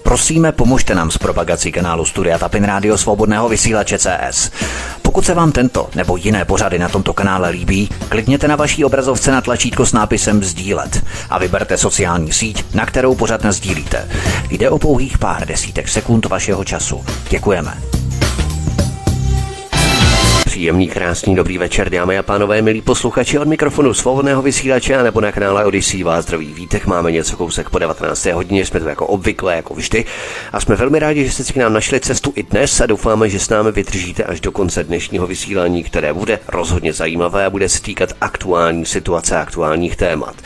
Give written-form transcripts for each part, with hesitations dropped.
Prosíme, pomožte nám s propagací kanálu Studia Tapin Rádio Svobodného vysílače CS. Pokud se vám tento nebo jiné pořady na tomto kanále líbí, klikněte na vaší obrazovce na tlačítko s nápisem sdílet a vyberte sociální síť, na kterou pořad nasdílíte. Jde o pouhých pár desítek sekund vašeho času. Děkujeme. Příjemný, krásný, dobrý večer, dámy a pánové, milí posluchači, od mikrofonu Svobodného vysílače nebo na kanále Odyssey vás zdraví Vítek. Máme něco kousek po 19. hodině, jsme tu jako obvykle, jako vždy, a jsme velmi rádi, že jste si k nám našli cestu i dnes a doufáme, že s námi vydržíte až do konce dnešního vysílání, které bude rozhodně zajímavé a bude se týkat aktuální situace, aktuálních témat.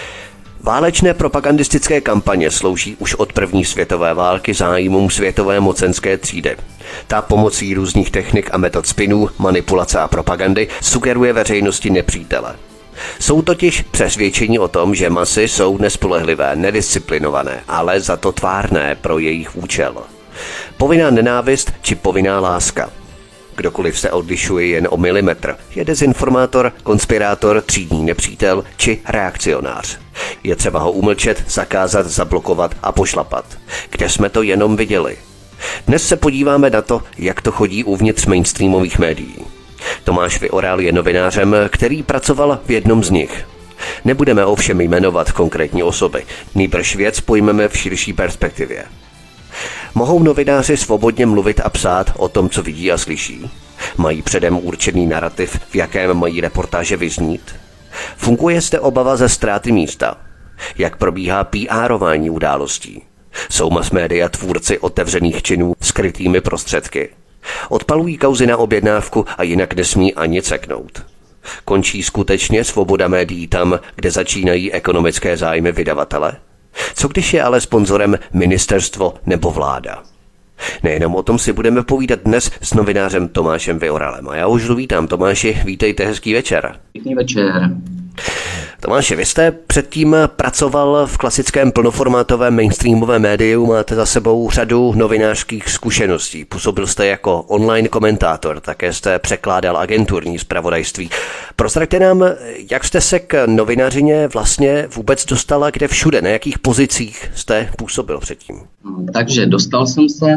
Válečné propagandistické kampaně slouží už od první světové války zájmům světové mocenské třídy. Ta pomocí různých technik a metod spinů, manipulace a propagandy sugeruje veřejnosti nepřítele. Jsou totiž přesvědčeni o tom, že masy jsou nespolehlivé, nedisciplinované, ale za to tvárné pro jejich účel. Povinná nenávist či povinná láska. Kdokoliv se odlišuje jen o milimetr, je dezinformátor, konspirátor, třídní nepřítel či reakcionář. Je třeba ho umlčet, zakázat, zablokovat a pošlapat. Kde jsme to jenom viděli? Dnes se podíváme na to, jak to chodí uvnitř mainstreamových médií. Tomáš Vyoral je novinářem, který pracoval v jednom z nich. Nebudeme ovšem jmenovat konkrétní osoby, nýbrž věc pojmeme v širší perspektivě. Mohou novináři svobodně mluvit a psát o tom, co vidí a slyší? Mají předem určený narrativ, v jakém mají reportáže vyznít? Funguje zde obava ze ztráty místa? Jak probíhá PR-ování událostí? Jsou masmédia tvůrci otevřených činů skrytými prostředky? Odpalují kauzy na objednávku a jinak nesmí ani ceknout. Končí skutečně svoboda médií tam, kde začínají ekonomické zájmy vydavatele? Co když je ale sponzorem ministerstvo nebo vláda? Nejenom o tom si budeme povídat dnes s novinářem Tomášem Vyoralem. A já už vítám. Tomáši, vítejte, hezký večer. Pěkný večer. Tomáši, vy jste předtím pracoval v klasickém plnoformátovém mainstreamovém médiu, máte za sebou řadu novinářských zkušeností. Působil jste jako online komentátor, také jste překládal agenturní zpravodajství. Prozraďte nám, jak jste se k novinařině vlastně vůbec dostala, kde všude, na jakých pozicích jste působil předtím? Takže dostal jsem se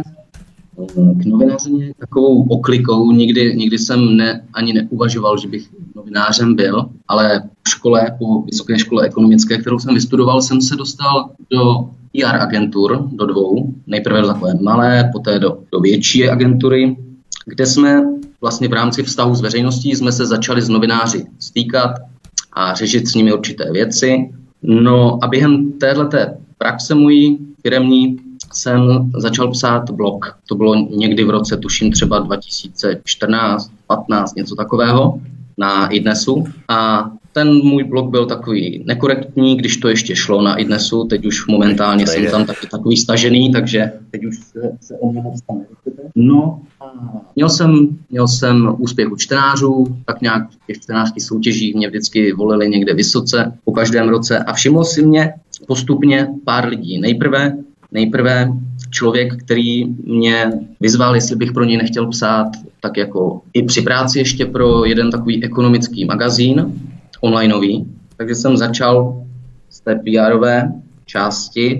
k novinářině takovou oklikou, nikdy jsem ani neuvažoval, že bych novinářem byl, ale po vysoké škole ekonomické, kterou jsem vystudoval, jsem se dostal do PR agentur, do dvou, nejprve do takové malé, poté do větší agentury, kde jsme vlastně v rámci vztahu s veřejností jsme se začali s novináři stýkat a řešit s nimi určité věci. No a během téhleté praxe mojí firemní jsem začal psát blog. To bylo někdy v roce, tuším třeba 2014, 15, něco takového, na iDnesu. A ten můj blog byl takový nekorektní, když to ještě šlo na iDnesu. Teď už momentálně jsem tam takový stažený, takže teď už se o mě moc tam nevíte. No a měl jsem úspěch u čtenářů, tak nějak v těch čtenářských soutěžích mě vždycky volili někde vysoce po každém roce a všimlo si mě postupně pár lidí. Nejprve člověk, který mě vyzval, jestli bych pro něj nechtěl psát, tak jako i při práci ještě pro jeden takový ekonomický magazín, onlineový. Takže jsem začal z té PR-ové části,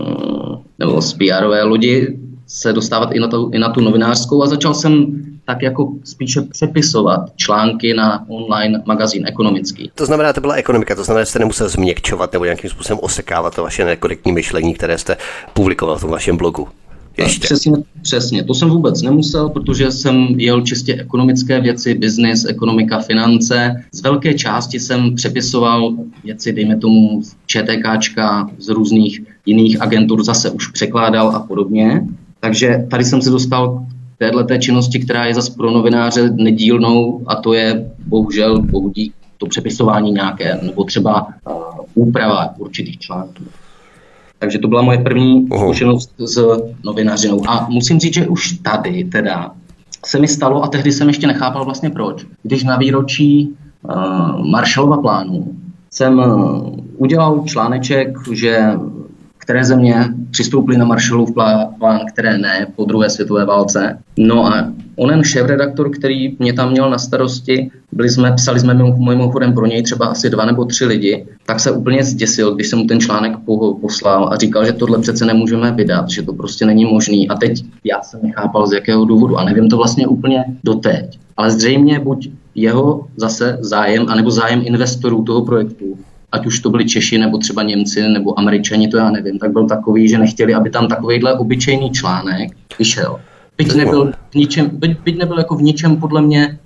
nebo z PR-ové lodi se dostávat i na tu novinářskou a začal jsem tak jako spíše přepisovat články na online magazín ekonomický. To znamená, to byla ekonomika, to znamená, že jste nemusel změkčovat nebo nějakým způsobem osekávat to vaše nekorektní myšlení, které jste publikoval v tom vašem blogu. Ještě. Přesně. To jsem vůbec nemusel, protože jsem jel čistě ekonomické věci, biznis, ekonomika, finance. Z velké části jsem přepisoval věci, dejme tomu z ČTKčka, z různých jiných agentur, zase už překládal a podobně. Takže tady jsem se dostal k téhleté činnosti, která je zase pro novináře nedílnou a to je bohužel to přepisování nějaké, nebo třeba úprava určitých článků. Takže to byla moje první zkušenost s novinařinou. A musím říct, že už tady teda se mi stalo, a tehdy jsem ještě nechápal vlastně proč, když na výročí Marshallova plánu jsem udělal článeček, které země přistoupily na Marshallův plán, které ne po druhé světové válce. No a onen šéfredaktor, který mě tam měl na starosti, psali jsme mimochodem pro něj třeba asi 2 nebo 3 lidi, tak se úplně zděsil, když jsem mu ten článek poslal a říkal, že tohle přece nemůžeme vydat, že to prostě není možný. A teď já jsem nechápal, z jakého důvodu a nevím to vlastně úplně doteď. Ale zřejmě buď jeho zase zájem, anebo zájem investorů toho projektu, ať už to byli Češi, nebo třeba Němci, nebo Američani, to já nevím, tak byl takový, že nechtěli, aby tam takovejhle obyčejný článek vyšel. Byť nebyl jako v ničem podle mě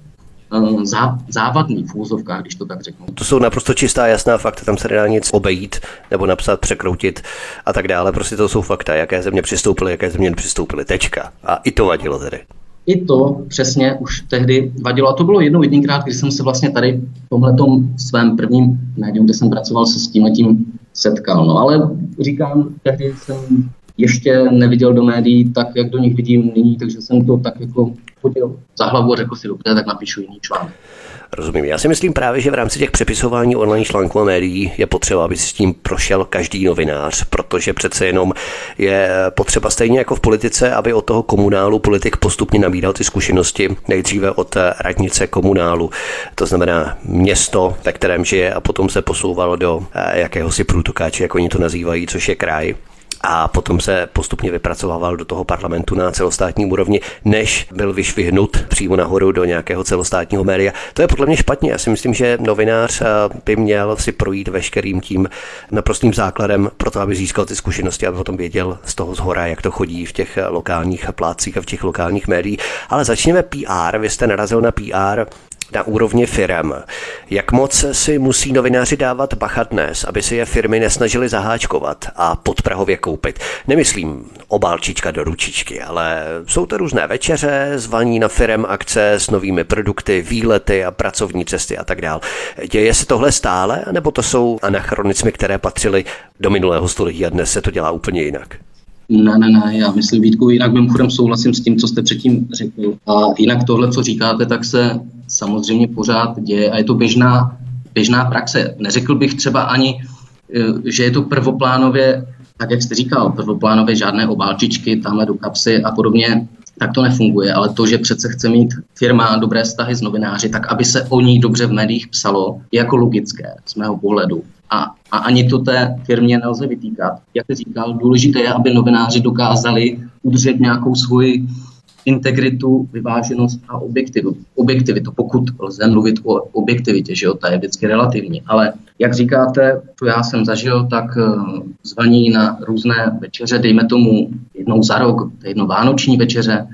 závadný v úzovkách, když to tak řeknu. To jsou naprosto čistá, jasná fakta, tam se nedá nic obejít nebo napsat, překroutit a tak dále. Prostě to jsou fakta, jaké země přistoupily, jaké země nepřistoupily. Tečka. A i to vadilo tedy. I to přesně už tehdy vadilo. A to bylo jedinkrát, když jsem se vlastně tady v tomhletom svém prvním médiu, kde jsem pracoval, se s tímhletím setkal. No ale říkám, tehdy jsem ještě neviděl do médií tak, jak do nich vidím nyní, takže jsem to tak jako chodil za hlavu a řekl si, dobře, tak napíšu jiný článek. Rozumím. Já si myslím právě, že v rámci těch přepisování online článků a médií je potřeba, aby si s tím prošel každý novinář, protože přece jenom je potřeba stejně jako v politice, aby od toho komunálu politik postupně nabíral ty zkušenosti, nejdříve od radnice komunálu, to znamená město, ve kterém žije, a potom se posouval do jakéhosi průtokáče, jak oni to nazývají, což je kraj. A potom se postupně vypracovával do toho parlamentu na celostátní úrovni, než byl vyšvihnut přímo nahoru do nějakého celostátního média. To je podle mě špatně. Já si myslím, že novinář by měl si projít veškerým tím naprostým základem pro to, aby získal ty zkušenosti, aby potom věděl z toho zhora, jak to chodí v těch lokálních plátcích a v těch lokálních médiích. Ale začněme PR. Vy jste narazil na PR na úrovni firem. Jak moc si musí novináři dávat bacha dnes, aby si je firmy nesnažily zaháčkovat a podprahově koupit? Nemyslím obálčička do ručičky, ale jsou to různé večeře, zvaní na firem akce s novými produkty, výlety a pracovní cesty a tak dál. Děje se tohle stále, nebo to jsou anachronismy, které patřily do minulého století a dnes se to dělá úplně jinak? Ne, já myslím, Vítku, jinak mimochodem souhlasím s tím, co jste předtím řekl. A jinak tohle, co říkáte, tak se samozřejmě pořád děje a je to běžná praxe. Neřekl bych třeba ani, že je to prvoplánově, tak jak jste říkal, prvoplánově žádné obálčičky, tamhle do kapsy a podobně, tak to nefunguje, ale to, že přece chce mít firma dobré vztahy s novináři, tak aby se o ní dobře v médiích psalo, je jako logické z mého pohledu. A ani to té firmě nelze vytýkat. Jak jsi říkal, důležité je, aby novináři dokázali udržet nějakou svoji integritu, vyváženost a objektivitu. Pokud lze mluvit o objektivitě, že jo, ta je vždycky relativní. Ale jak říkáte, to já jsem zažil, tak zvaní na různé večeře, dejme tomu jednou za rok, jedno vánoční večeře,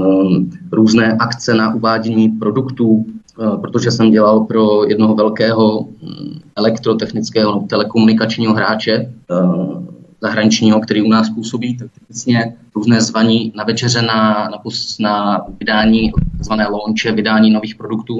různé akce na uvádění produktů, protože jsem dělal pro jednoho velkého elektrotechnického nebo telekomunikačního hráče zahraničního, který u nás působí, tak vlastně různé zvaní na večeře na vydání, takzvané launche, vydání nových produktů.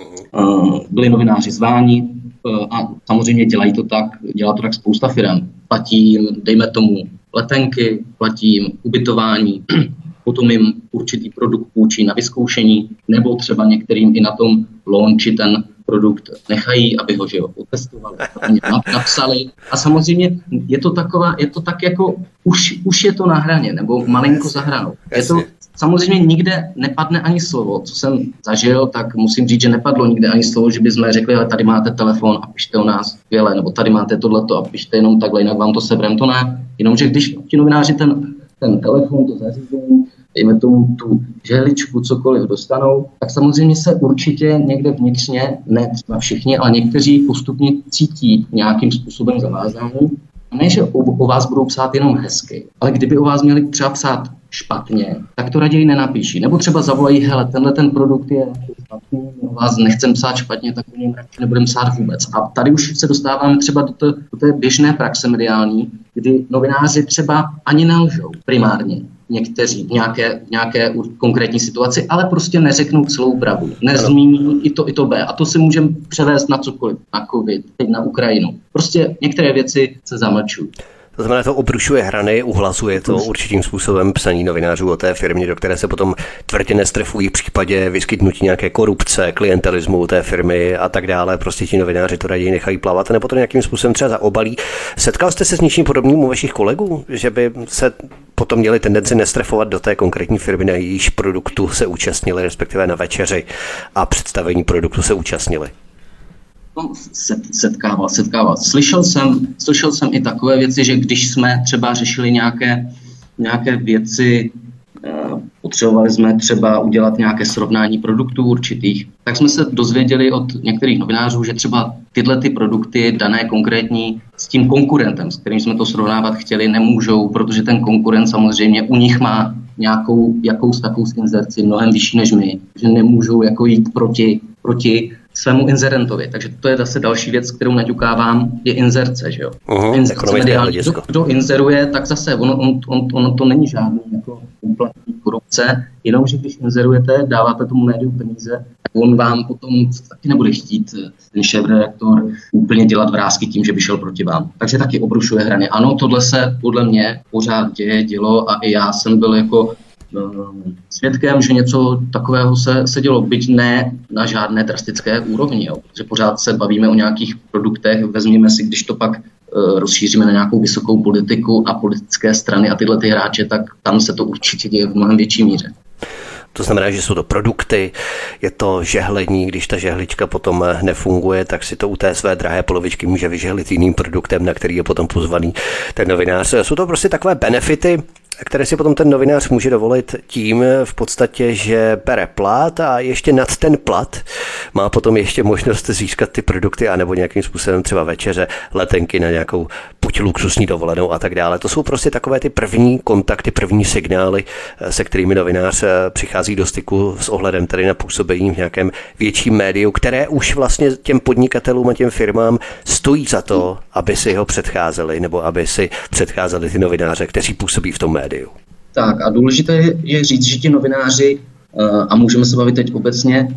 Byli novináři zváni a samozřejmě dělá to tak spousta firm. Platí jim, dejme tomu, letenky, platí jim ubytování, potom jim určitý produkt půjčí na vyzkoušení, nebo třeba některým i na tom launchi ten produkt nechají, aby ho otestovali, napsali. A samozřejmě je to tak jako, už je to na hraně, nebo malinko za hranou. Samozřejmě nikde nepadne ani slovo, co jsem zažil, tak musím říct, že nepadlo nikde ani slovo, že bychom řekli, ale tady máte telefon a pište o nás skvěle, nebo tady máte tohleto a pište jenom takhle, jinak vám to seberem, to ne. Jenomže když ti novináři ten telefon, to zařízení, dejme tomu tu žehličku, cokoliv dostanou, tak samozřejmě se určitě někde vnitřně, ne třeba všichni, ale někteří postupně cítí nějakým způsobem zavázání. A ne, že o vás budou psát jenom hezky, ale kdyby o vás měli třeba psát špatně, tak to raději nenapíší. Nebo třeba zavolají, hele, ten produkt je špatný, o vás nechcem psát špatně, tak o něm radši nebudeme psát vůbec. A tady už se dostáváme třeba do té běžné praxe mediální, kdy novináři třeba ani nelžou primárně. Někteří v nějaké konkrétní situaci, ale prostě neřeknou celou pravdu. Nezmíní i to B. A to si můžeme převést na cokoliv. Na COVID, teď na Ukrajinu. Prostě některé věci se zamlčují. To znamená, to obrušuje hrany, uhlazuje to určitým způsobem psaní novinářů o té firmě, do které se potom tvrdě nestrefují v případě vyskytnutí nějaké korupce, klientelismu té firmy a tak dále. Prostě ti novináři to raději nechají plavat nebo to nějakým způsobem třeba zaobalí. Setkal jste se s něčím podobným u vašich kolegů, že by se potom měli tendenci nestrefovat do té konkrétní firmy, na jejíž produktu se účastnili, respektive na večeři a představení produktu se účastnili? No, setkávat. Slyšel jsem i takové věci, že když jsme třeba řešili nějaké věci, potřebovali jsme třeba udělat nějaké srovnání produktů určitých, tak jsme se dozvěděli od některých novinářů, že třeba tyhle ty produkty dané konkrétní s tím konkurentem, s kterým jsme to srovnávat chtěli, nemůžou, protože ten konkurent samozřejmě u nich má nějakou takovou inzerci mnohem vyšší než my, že nemůžou jako jít proti svému inzerentovi. Takže to je zase další věc, kterou naťukávám, je inzerce, že jo? Kdo inzeruje, tak zase ono to není žádný jako úplatný korupce, jenomže když inzerujete, dáváte tomu médiu peníze, tak on vám potom taky nebude chtít ten šéfredaktor úplně dělat vrásky tím, že by šel proti vám. Takže taky obrušuje hrany. Ano, tohle se podle mě pořád dělo a i já jsem byl jako svědkem, že něco takového se dělo, byť ne na žádné drastické úrovni, jo. Protože pořád se bavíme o nějakých produktech, vezměme si, když to pak rozšíříme na nějakou vysokou politiku a politické strany a tyhle ty hráče, tak tam se to určitě děje v mnohem větší míře. To znamená, že jsou to produkty, je to žehlení, když ta žehlička potom nefunguje, tak si to u té své drahé polovičky může vyžehlit jiným produktem, na který je potom pozvaný ten novinář. Jsou to prostě takové benefity, které si potom ten novinář může dovolit tím v podstatě, že bere plat a ještě nad ten plat má potom ještě možnost získat ty produkty anebo nějakým způsobem třeba večeře, letenky na nějakou buď luxusní dovolenou a tak dále. To jsou prostě takové ty první kontakty, první signály, se kterými novinář přichází do styku s ohledem tedy na působení v nějakém větším médiu, které už vlastně těm podnikatelům a těm firmám stojí za to, aby si ho předcházeli nebo aby si předcházeli ty novináře, kteří působí v tom médiu. Tak a důležité je říct, že ti novináři, a můžeme se bavit teď obecně,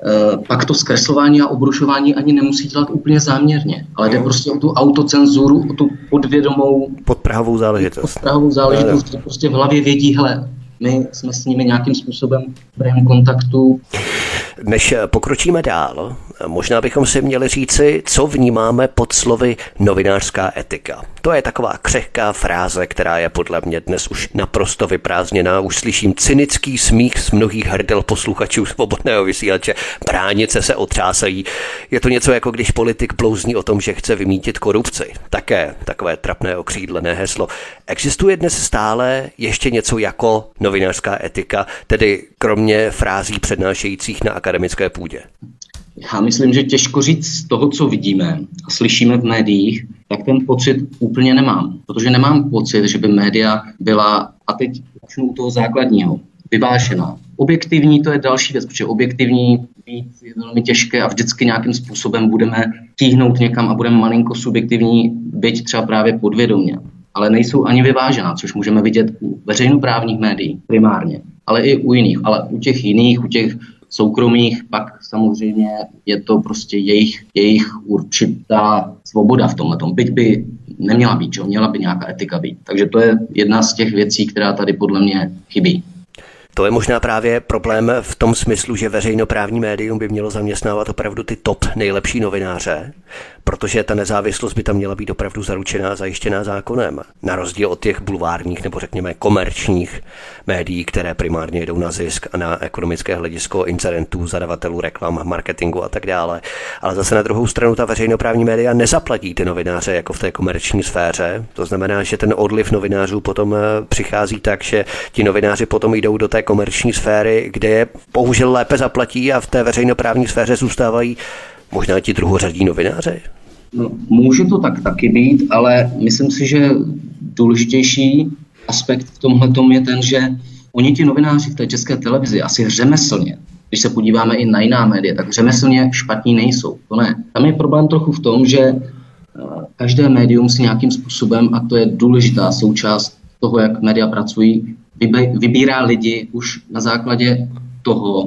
pak to zkreslování a obrušování ani nemusí dělat úplně záměrně, ale jde prostě o tu autocenzuru, o tu podvědomou podprahovou záležitost, že prostě v hlavě vědí, hele, my jsme s nimi nějakým způsobem v dobrém kontaktu. Než pokročíme dál, možná bychom si měli říci, co vnímáme pod slovy novinářská etika. To je taková křehká fráze, která je podle mě dnes už naprosto vyprázdněná. Už slyším cynický smích z mnohých hrdel posluchačů Svobodného vysílače. Bránice se otřásají. Je to něco jako když politik blouzní o tom, že chce vymítit korupci. Také takové trapné okřídlené heslo. Existuje dnes stále ještě něco jako novinářská etika, tedy kromě frází přednášejících na akademické půdě? Já myslím, že těžko říct z toho, co vidíme a slyšíme v médiích, tak ten pocit úplně nemám. Protože nemám pocit, že by média byla, a teď začnu u toho základního, vyvážená. Objektivní to je další věc, protože objektivní být je velmi těžké a vždycky nějakým způsobem budeme tíhnout někam a budeme malinko subjektivní, byť třeba právě podvědomě. Ale nejsou ani vyvážená, což můžeme vidět u veřejnoprávních médií primárně, ale i u jiných. Ale u těch jiných, u těch soukromých, pak samozřejmě je to prostě jejich určitá svoboda v tomhletom. Byť by neměla být, že měla by nějaká etika být. Takže to je jedna z těch věcí, která tady podle mě chybí. To je možná právě problém v tom smyslu, že veřejnoprávní médium by mělo zaměstnávat opravdu ty top nejlepší novináře, protože ta nezávislost by tam měla být opravdu zaručená a zajištěná zákonem. Na rozdíl od těch bulvárních nebo řekněme komerčních médií, které primárně jdou na zisk a na ekonomické hledisko incidentů, zadavatelů reklam, marketingu a tak dále. Ale zase na druhou stranu ta veřejnoprávní média nezaplatí ty novináře jako v té komerční sféře. To znamená, že ten odliv novinářů potom přichází tak, že ti novináři potom jdou do té komerční sféry, kde je bohužel lépe zaplatí a v té veřejnoprávní sféře zůstávají možná ti druhořadí novináři? No, může to tak taky být, ale myslím si, že důležitější aspekt v tomhletom je ten, že oni ti novináři v té České televizi asi řemeslně, když se podíváme i na jiná média, tak řemeslně špatní nejsou. To ne. Tam je problém trochu v tom, že každé médium si nějakým způsobem, a to je důležitá součást toho, jak média pracují, vybírá lidi už na základě toho,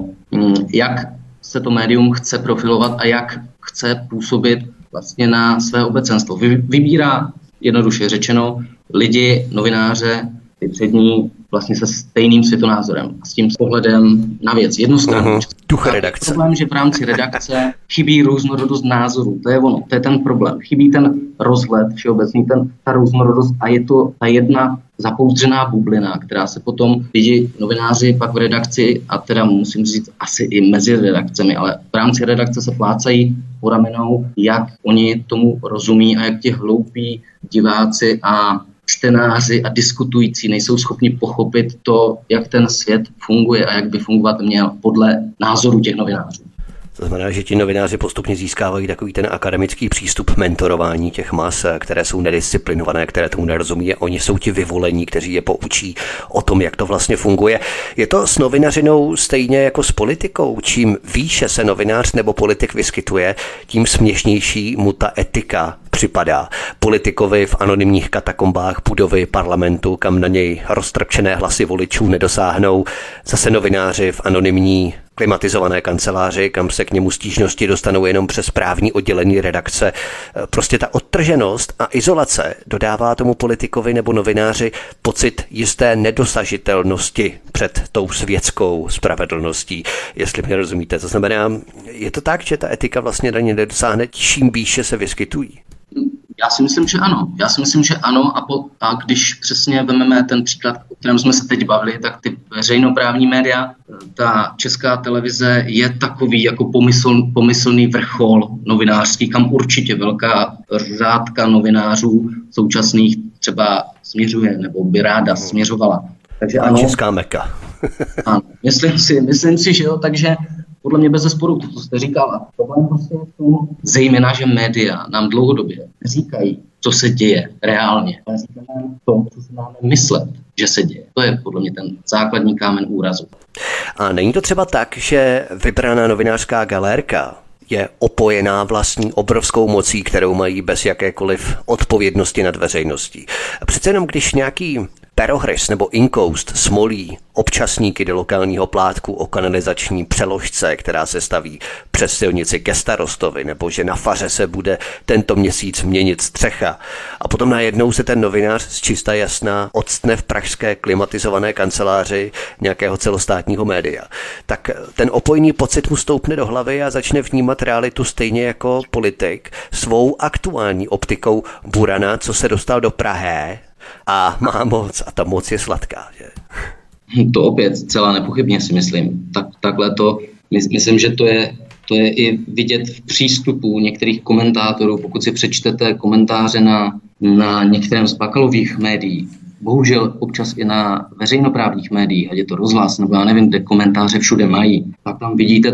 jak se to médium chce profilovat a jak chce působit vlastně na své obecenstvo. Vybírá, jednoduše řečeno, lidi, novináře, ty přední vlastně se stejným světonázorem a s tím pohledem na věc, jednostranný. Ducha redakce. Problém, že v rámci redakce chybí různorodost názorů, to je ono, to je ten problém. Chybí ten rozhled všeobecný, ta různorodost a je to ta jedna zapouzdřená bublina, která se potom lidi, novináři pak v redakci a teda musím říct asi i mezi redakcemi, ale v rámci redakce se plácají po ramenou, jak oni tomu rozumí a jak ti hloupí diváci a čtenáři a diskutující nejsou schopni pochopit to, jak ten svět funguje a jak by fungovat měl podle názoru těch novinářů. To znamená, že ti novináři postupně získávají takový ten akademický přístup mentorování těch mas, které jsou nedisciplinované, které tomu nerozumí. Oni jsou ti vyvolení, kteří je poučí o tom, jak to vlastně funguje. Je to s novinařinou stejně jako s politikou. Čím výše se novinář nebo politik vyskytuje, tím směšnější mu ta etika připadá. Politikovi v anonymních katakombách budovy parlamentu, kam na něj roztrpčené hlasy voličů nedosáhnou, zase novináři v anonymní klimatizované kanceláři, kam se k němu stížnosti dostanou jenom přes právní oddělení redakce. Prostě ta odtrženost a izolace dodává tomu politikovi nebo novináři pocit jisté nedosažitelnosti před tou světskou spravedlností, jestli mě rozumíte. To znamená, je to tak, že ta etika vlastně na ně nedosáhne, čím výše se vyskytují? Já si myslím, že ano. A když přesně vezmeme ten příklad, o kterém jsme se teď bavili, tak ty veřejnoprávní média, ta Česká televize je takový jako pomyslný vrchol novinářský, kam určitě velká řádka novinářů současných třeba směřuje nebo by ráda směřovala. Takže ano. Česká Meka. Ano, myslím si, že jo, takže podle mě bezesporu to, co jste říkala. Problém prostě je v tom, zejména, že média nám dlouhodobě říkají, co se děje reálně. Ale říkají nám to, co si máme myslet, že se děje. To je podle mě ten základní kámen úrazu. A není to třeba tak, že vybraná novinářská galérka je opojená vlastní obrovskou mocí, kterou mají bez jakékoliv odpovědnosti nad veřejností. A přece jenom když nějaký perohrys nebo inkoust smolí občasníky do lokálního plátku o kanalizační přeložce, která se staví přes silnici ke starostovi, nebo že na faře se bude tento měsíc měnit střecha. A potom najednou se ten novinář z čista jasná odstne v pražské klimatizované kanceláři nějakého celostátního média. Tak ten opojný pocit mu stoupne do hlavy a začne vnímat realitu stejně jako politik svou aktuální optikou burana, co se dostal do Prahy a má moc a ta moc je sladká, že? To opět celá nepochybně si myslím. Takhle to, myslím, že to je i vidět v přístupu některých komentátorů, pokud si přečtete komentáře na některém z Bakalových médií, bohužel občas i na veřejnoprávních médiích, ať je to Rozhlas, nebo já nevím, kde komentáře všude mají, tak tam vidíte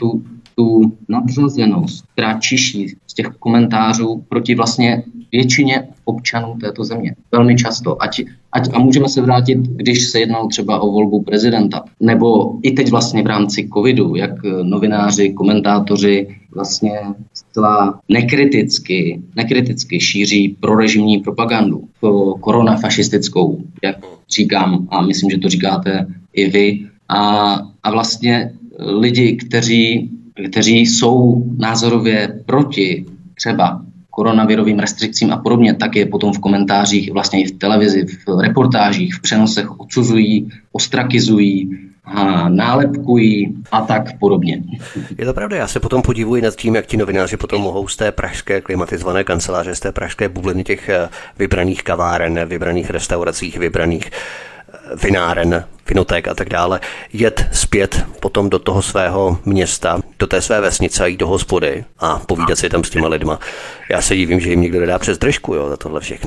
tu nadřazenost, která čiší z těch komentářů proti vlastně většině občanů této země. Velmi často. A můžeme se vrátit, když se jednalo třeba o volbu prezidenta. Nebo i teď vlastně v rámci covidu, jak novináři, komentátoři vlastně zcela nekriticky šíří prorežimní propagandu, koronafašistickou, jak říkám, a myslím, že to říkáte i vy. A vlastně lidi, kteří jsou názorově proti třeba koronavirovým restrikcím a podobně, tak je potom v komentářích, vlastně i v televizi, v reportážích, v přenosech odsuzují, ostrakizují, nálepkují a tak podobně. Je to pravda, já se potom podivuji nad tím, jak ti novináři potom mohou z té pražské klimatizované kanceláře, z té pražské bubliny těch vybraných kaváren, vybraných restauracích, vybraných vináren, vinoték a tak dále, jet zpět potom do toho svého města, do té své vesnice a jít do hospody a povídat si tam s těma lidma. Já se divím, že jim někdo nedá přes držku, jo, za tohle všechno.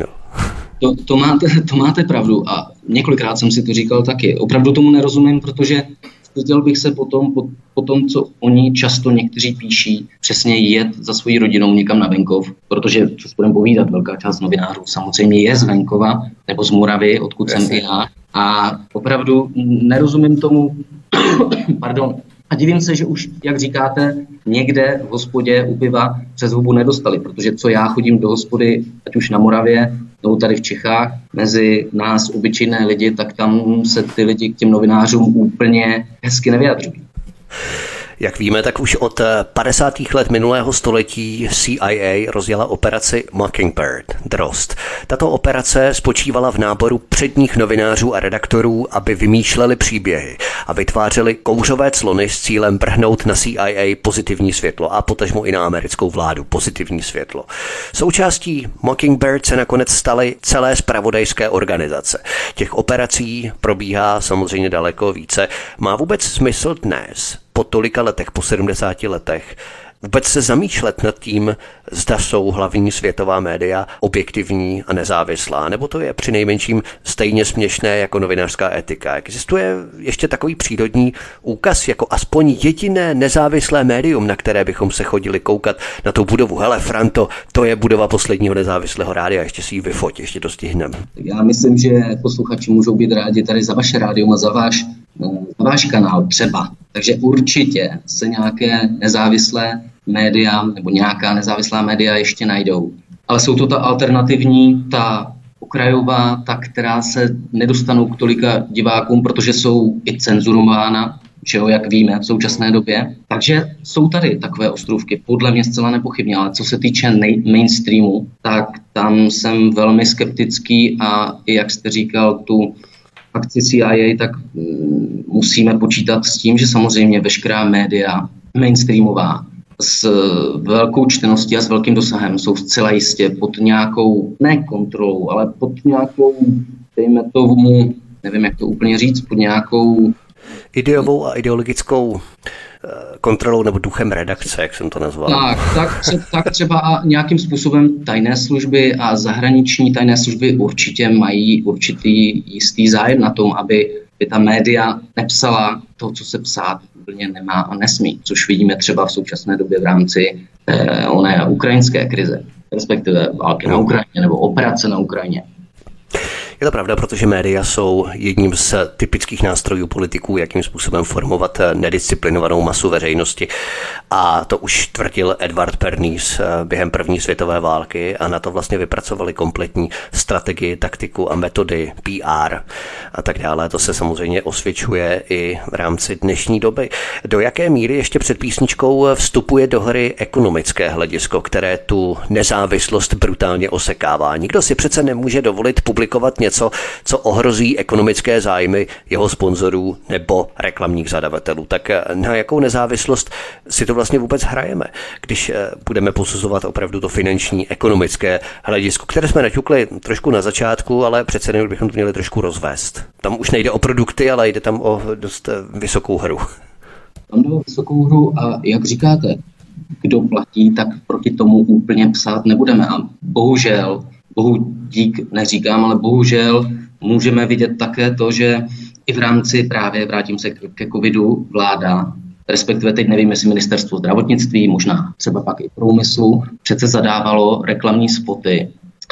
To máte pravdu a několikrát jsem si to říkal taky. Opravdu tomu nerozumím, protože chtěl bych se potom, co oni často někteří píší, přesně jet za svojí rodinou někam na venkov, protože, co si budeme povídat, velká část novinářů samozřejmě je z venkova nebo z Moravy, odkud jsem i já. A opravdu nerozumím tomu, pardon, a divím se, že už, jak říkáte, někde v hospodě u piva přes hubu nedostali, protože co já chodím do hospody, ať už na Moravě, nebo tady v Čechách, mezi nás obyčejné lidi, tak tam se ty lidi k těm novinářům úplně hezky nevyjadřují. Jak víme, tak už od 50. let minulého století CIA rozjela operaci Mockingbird, Drost. Tato operace spočívala v náboru předních novinářů a redaktorů, aby vymýšleli příběhy a vytvářeli kouřové clony s cílem vrhnout na CIA pozitivní světlo a potažmo i na americkou vládu pozitivní světlo. Součástí Mockingbird se nakonec staly celé zpravodajské organizace. Těch operací probíhá samozřejmě daleko více. Má vůbec smysl dnes, po tolika letech, po 70 letech, vůbec se zamýšlet nad tím, zda jsou hlavní světová média objektivní a nezávislá, nebo to je přinejmenším stejně směšné jako novinářská etika. Existuje ještě takový přírodní úkaz, jako aspoň jediné nezávislé médium, na které bychom se chodili koukat na tu budovu. Hele, Franto, to je budova posledního nezávislého rádia, ještě si ji vyfoť, ještě to stihneme. Já myslím, že posluchači můžou být rádi tady za vaše rádium a za váš kanál třeba. Takže určitě se nějaké nezávislé média nebo nějaká nezávislá média ještě najdou. Ale jsou to ta alternativní, ta okrajová, ta, která se nedostanou k tolika divákům, protože jsou i cenzurována, čeho, jak víme v současné době. Takže jsou tady takové ostrůvky, podle mě zcela nepochybně, ale co se týče mainstreamu, tak tam jsem velmi skeptický a i jak jste říkal, tu akci CIA, tak musíme počítat s tím, že samozřejmě veškerá média mainstreamová s velkou čtenností a s velkým dosahem jsou zcela jistě pod nějakou, ne kontrolou, ale pod nějakou, dejme tomu, nevím, jak to úplně říct, pod nějakou ideovou a ideologickou kontrolou nebo duchem redakce, jak jsem to nazval. Tak třeba a nějakým způsobem tajné služby a zahraniční tajné služby určitě mají určitý jistý zájem na tom, aby ta média nepsala to, co se psát úplně nemá a nesmí, což vidíme třeba v současné době v rámci oné ukrajinské krize, respektive války na Ukrajině nebo operace na Ukrajině. Je to pravda, protože média jsou jedním z typických nástrojů politiků, jakým způsobem formovat nedisciplinovanou masu veřejnosti. A to už tvrdil Edward Bernays během první světové války a na to vlastně vypracovali kompletní strategii, taktiku a metody PR a tak dále. To se samozřejmě osvědčuje i v rámci dnešní doby. Do jaké míry ještě před písničkou vstupuje do hry ekonomické hledisko, které tu nezávislost brutálně osekává? Nikdo si přece nemůže dovolit publikovat něco, co ohrozí ekonomické zájmy jeho sponzorů nebo reklamních zadavatelů. Tak na jakou nezávislost si to vlastně vůbec hrajeme, když budeme posuzovat opravdu to finanční, ekonomické hledisko, které jsme naťukli trošku na začátku, ale přece jenom bychom to měli trošku rozvést. Tam už nejde o produkty, ale jde tam o dost vysokou hru. Tam jde o vysokou hru a jak říkáte, kdo platí, tak proti tomu úplně psát nebudeme. A bohužel, dík neříkám, ale bohužel můžeme vidět také to, že i v rámci právě, vrátím se ke covidu, vláda, respektive teď nevím, jestli ministerstvo zdravotnictví, možná třeba pak i průmyslu, přece zadávalo reklamní spoty a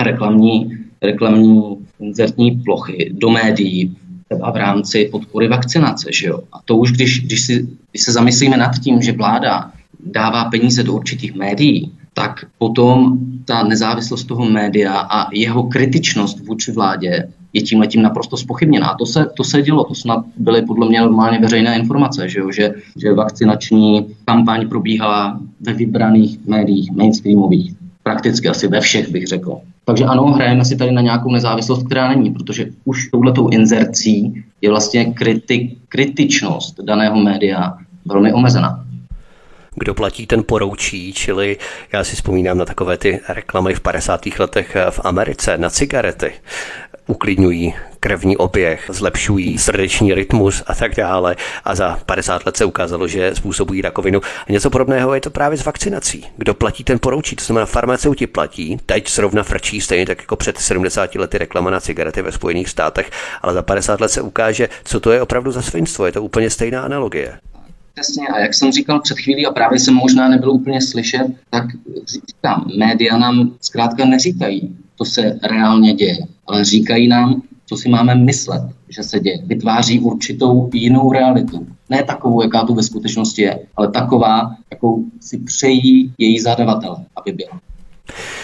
reklamní inzertní plochy do médií třeba v rámci podpory vakcinace. Že jo? A to už, když se zamyslíme nad tím, že vláda dává peníze do určitých médií, tak potom ta nezávislost toho média a jeho kritičnost vůči vládě je tímhletím naprosto zpochybněná. To se dělo, to snad byly podle mě normálně veřejné informace, že vakcinační kampaň probíhala ve vybraných médiích mainstreamových, prakticky asi ve všech bych řekl. Takže ano, hrajeme si tady na nějakou nezávislost, která není, protože už touhletou inzercí je vlastně kritičnost daného média velmi omezená. Kdo platí, ten poroučí, čili já si vzpomínám na takové ty reklamy v 50. letech v Americe na cigarety. Uklidňují krevní oběh, zlepšují srdeční rytmus a tak dále. A za 50 let se ukázalo, že způsobují rakovinu. A něco podobného je to právě s vakcinací. Kdo platí, ten poroučí. To znamená, farmaceuti platí. Teď zrovna frčí stejně tak jako před 70 lety reklama na cigarety ve Spojených státech, ale za 50 let se ukáže, co to je opravdu za svinstvo. Je to úplně stejná analogie. Přesně, a jak jsem říkal před chvílí, a právě jsem možná nebyl úplně slyšet, tak říkám, média nám zkrátka neříkají, co se reálně děje, ale říkají nám, co si máme myslet, že se děje. Vytváří určitou jinou realitu. Ne takovou, jaká tu ve skutečnosti je, ale taková, jakou si přejí její zadavatelé, aby byla.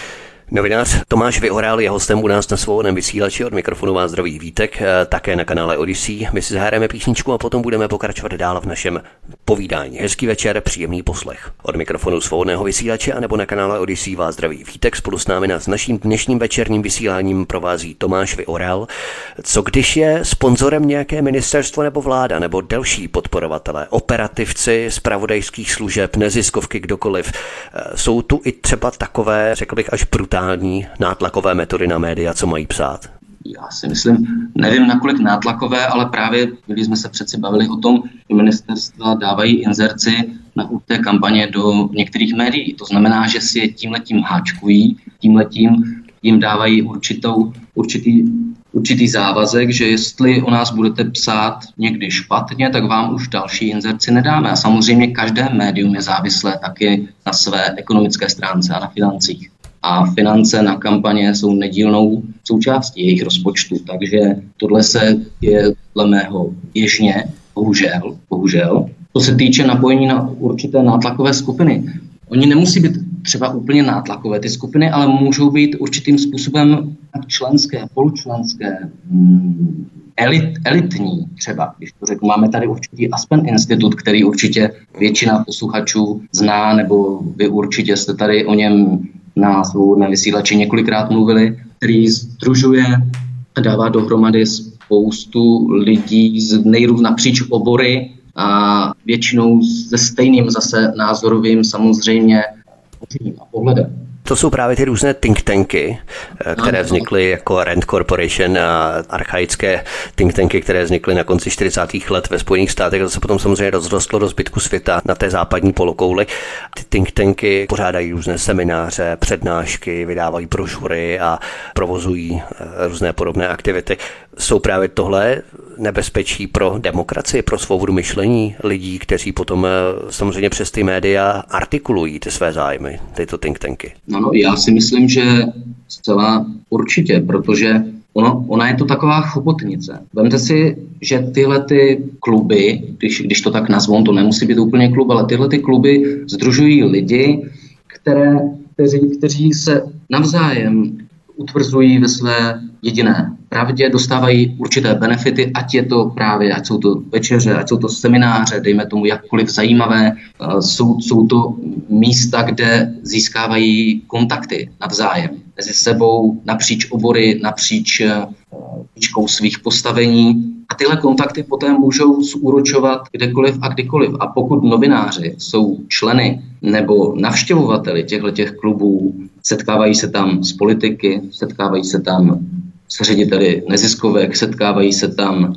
Novinář Tomáš Vyoral je hostem u nás na Svobodném vysílači, od mikrofonu vás zdraví Vítek, také na kanále Odyssey. My si zahrajeme písničku a potom budeme pokračovat dál v našem povídání. Hezký večer, příjemný poslech. Od mikrofonu Svobodného vysílače a nebo na kanále Odyssey vás zdraví Vítek. Spolu s námi s naším dnešním večerním vysíláním provází Tomáš Vyoral. Co když je sponzorem nějaké ministerstvo nebo vláda nebo další podporovatelé, operativci zpravodajských služeb, neziskovky, kdokoliv? Jsou tu i třeba takové, řekl bych, až brutální nátlakové metody na média, co mají psát? Já si myslím, nevím nakolik nátlakové, ale právě, když jsme se přeci bavili o tom, že ministerstva dávají inzerci na určité kampaně do některých médií. To znamená, že si je tímhletím háčkují, tímhletím jim dávají určitý závazek, že jestli o nás budete psát někdy špatně, tak vám už další inzerci nedáme. A samozřejmě každé médium je závislé taky na své ekonomické stránce a na financích. A finance na kampaně jsou nedílnou součástí jejich rozpočtu, takže tohle se je dle mého běžně, bohužel. To se týče napojení na určité nátlakové skupiny. Oni nemusí být třeba úplně nátlakové ty skupiny, ale můžou být určitým způsobem členské, poločlenské, elitní třeba, když to řeknu. Máme tady určitý Aspen Institut, který určitě většina posluchačů zná, nebo vy určitě jste tady o něm na Svobodném vysílači několikrát mluvili, který sdružuje a dává dohromady spoustu lidí napříč obory a většinou se stejným zase názorovým samozřejmě a pohledem. To jsou právě ty různé think tanky, které vznikly jako Rand Corporation a archaické think tanky, které vznikly na konci 40. let ve Spojených státech. To se potom samozřejmě rozrostlo do zbytku světa na té západní polokouli. Ty think tanky pořádají různé semináře, přednášky, vydávají brožury a provozují různé podobné aktivity. Jsou právě tohle nebezpečí pro demokracii, pro svobodu myšlení lidí, kteří potom samozřejmě přes ty média artikulují ty své zájmy, tyto think tanky? No, já si myslím, že zcela určitě, protože ona je to taková chobotnice. Vemte si, že tyhle ty kluby, když to tak nazvou, to nemusí být úplně klub, ale tyhle ty kluby sdružují lidi, kteří se navzájem utvrzují ve své jediné pravdě, dostávají určité benefity, ať jsou to večeře, ať jsou to semináře, dejme tomu jakkoliv zajímavé, jsou to místa, kde získávají kontakty navzájem mezi sebou, napříč obory, napříč výškou svých postavení. A tyhle kontakty poté můžou zúročovat kdekoliv a kdykoliv. A pokud novináři jsou členy nebo navštěvovateli těchto klubů, setkávají se tam s politiky, setkávají se tam s řediteli neziskovek, setkávají se tam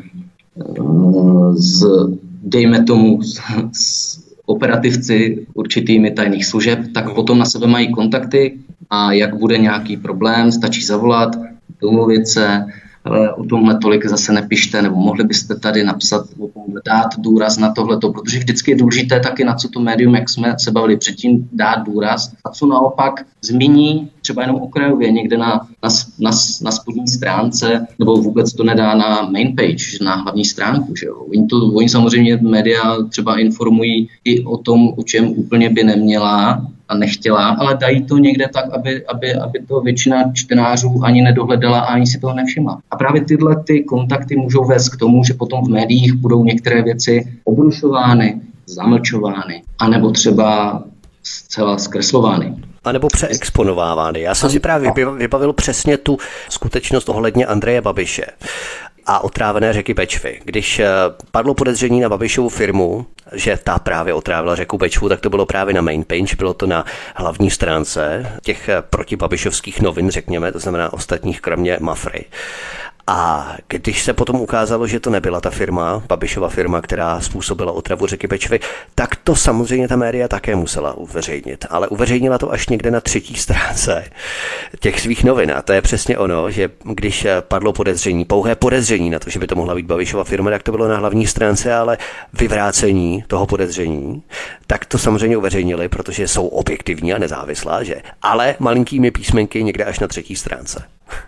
dejme tomu, s operativci určitými tajných služeb, tak potom na sebe mají kontakty a jak bude nějaký problém, stačí zavolat, domluvit se, ale o tomhle tolik zase nepište, nebo mohli byste tady napsat, dát důraz na tohleto, protože vždycky je důležité taky, na co to médium, jak jsme se bavili předtím, dát důraz, a co naopak zmíní třeba jenom okrajově někde na spodní stránce, nebo vůbec to nedá na main page, na hlavní stránku. Že jo? Oni samozřejmě média třeba informují i o tom, o čem úplně by neměla a nechtěla, ale dají to někde tak, aby to většina čtenářů ani nedohledala a ani si toho nevšimla. A právě tyhle ty kontakty můžou vést k tomu, že potom v médiích budou některé věci obrušovány, zamlčovány, anebo třeba zcela zkreslovány. A nebo přeexponovávány. Já jsem si právě vybavil přesně tu skutečnost ohledně Andreje Babiše a otrávené řeky Bečvy. Když padlo podezření na Babišovu firmu, že ta právě otrávila řeku Bečvu, tak to bylo právě na main page, bylo to na hlavní stránce těch protibabišovských novin, řekněme, to znamená ostatních kromě Mafry. A když se potom ukázalo, že to nebyla ta firma, Babišova firma, která způsobila otravu řeky Bečvy, tak to samozřejmě ta média také musela uveřejnit. Ale uveřejnila to až někde na 3. stránce těch svých novin. A to je přesně ono, že když padlo podezření, pouhé podezření na to, že by to mohla být Babišova firma, tak to bylo na hlavní stránce, ale vyvrácení toho podezření, tak to samozřejmě uveřejnili, protože jsou objektivní a nezávislá, že? Ale malinkými písmenky někde až na 3. stránce.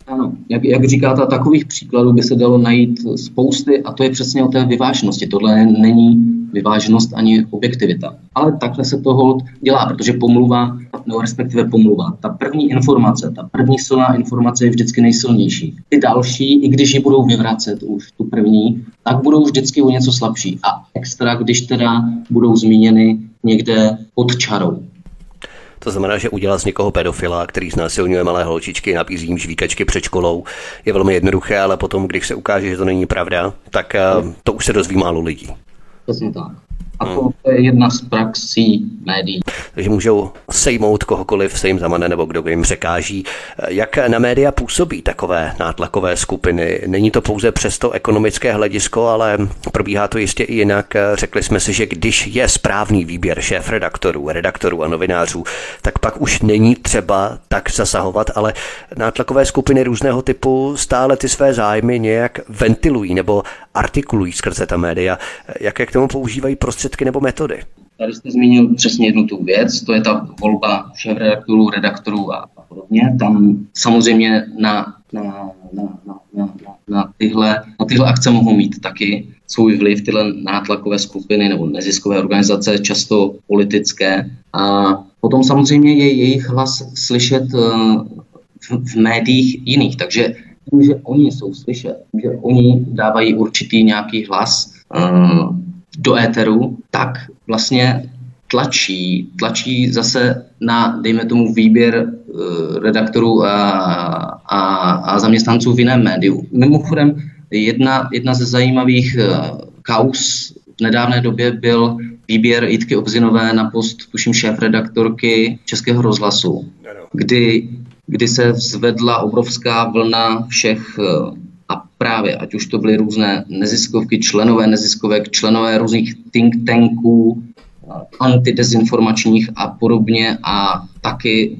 Ano, jak říkáte, takových příkladů by se dalo najít spousty a to je přesně o té vyváženosti. Tohle není vyváženost ani objektivita. Ale takhle se to holt dělá, protože pomluva, no respektive pomluva, ta první informace, ta první silná informace je vždycky nejsilnější. Ty další, i když ji budou vyvracet už tu první, tak budou vždycky o něco slabší. A extra, když teda budou zmíněny někde pod čarou. To znamená, že udělat z někoho pedofila, který znásilňuje malé holčičky, nabízí jim žvíkačky před školou, je velmi jednoduché, ale potom, když se ukáže, že to není pravda, tak to už se dozví málo lidí. Přesně tak. A to je jedna z praxí médií. Takže můžou sejmout kohokoliv se jim zamane nebo kdo jim překáží. Jak na média působí takové nátlakové skupiny? Není to pouze přes to ekonomické hledisko, ale probíhá to jistě i jinak. Řekli jsme si, že když je správný výběr redaktorů a novinářů, tak pak už není třeba tak zasahovat, ale nátlakové skupiny různého typu stále ty své zájmy nějak ventilují nebo artikulují skrze ta média. Jaké k tomu používají prostředky nebo metody? Tady jste zmínil přesně jednu tu věc, to je ta volba redaktorů a podobně. Tam samozřejmě na tyhle akce mohou mít taky svůj vliv tyhle nátlakové skupiny nebo neziskové organizace, často politické. A potom samozřejmě je jejich hlas slyšet v médiích jiných, takže tím, že oni jsou slyšet, že oni dávají určitý nějaký hlas do éteru, tak vlastně tlačí zase na, dejme tomu, výběr redaktorů a zaměstnanců v jiném médiu. Mimochodem, jedna ze zajímavých kauz v nedávné době byl výběr Jitky Obzinové na post, tuším, šéfredaktorky Českého rozhlasu, kdy se vzvedla obrovská vlna všech a právě, ať už to byly různé neziskovky, členové neziskovek, členové různých think tanků, antidezinformačních a podobně a taky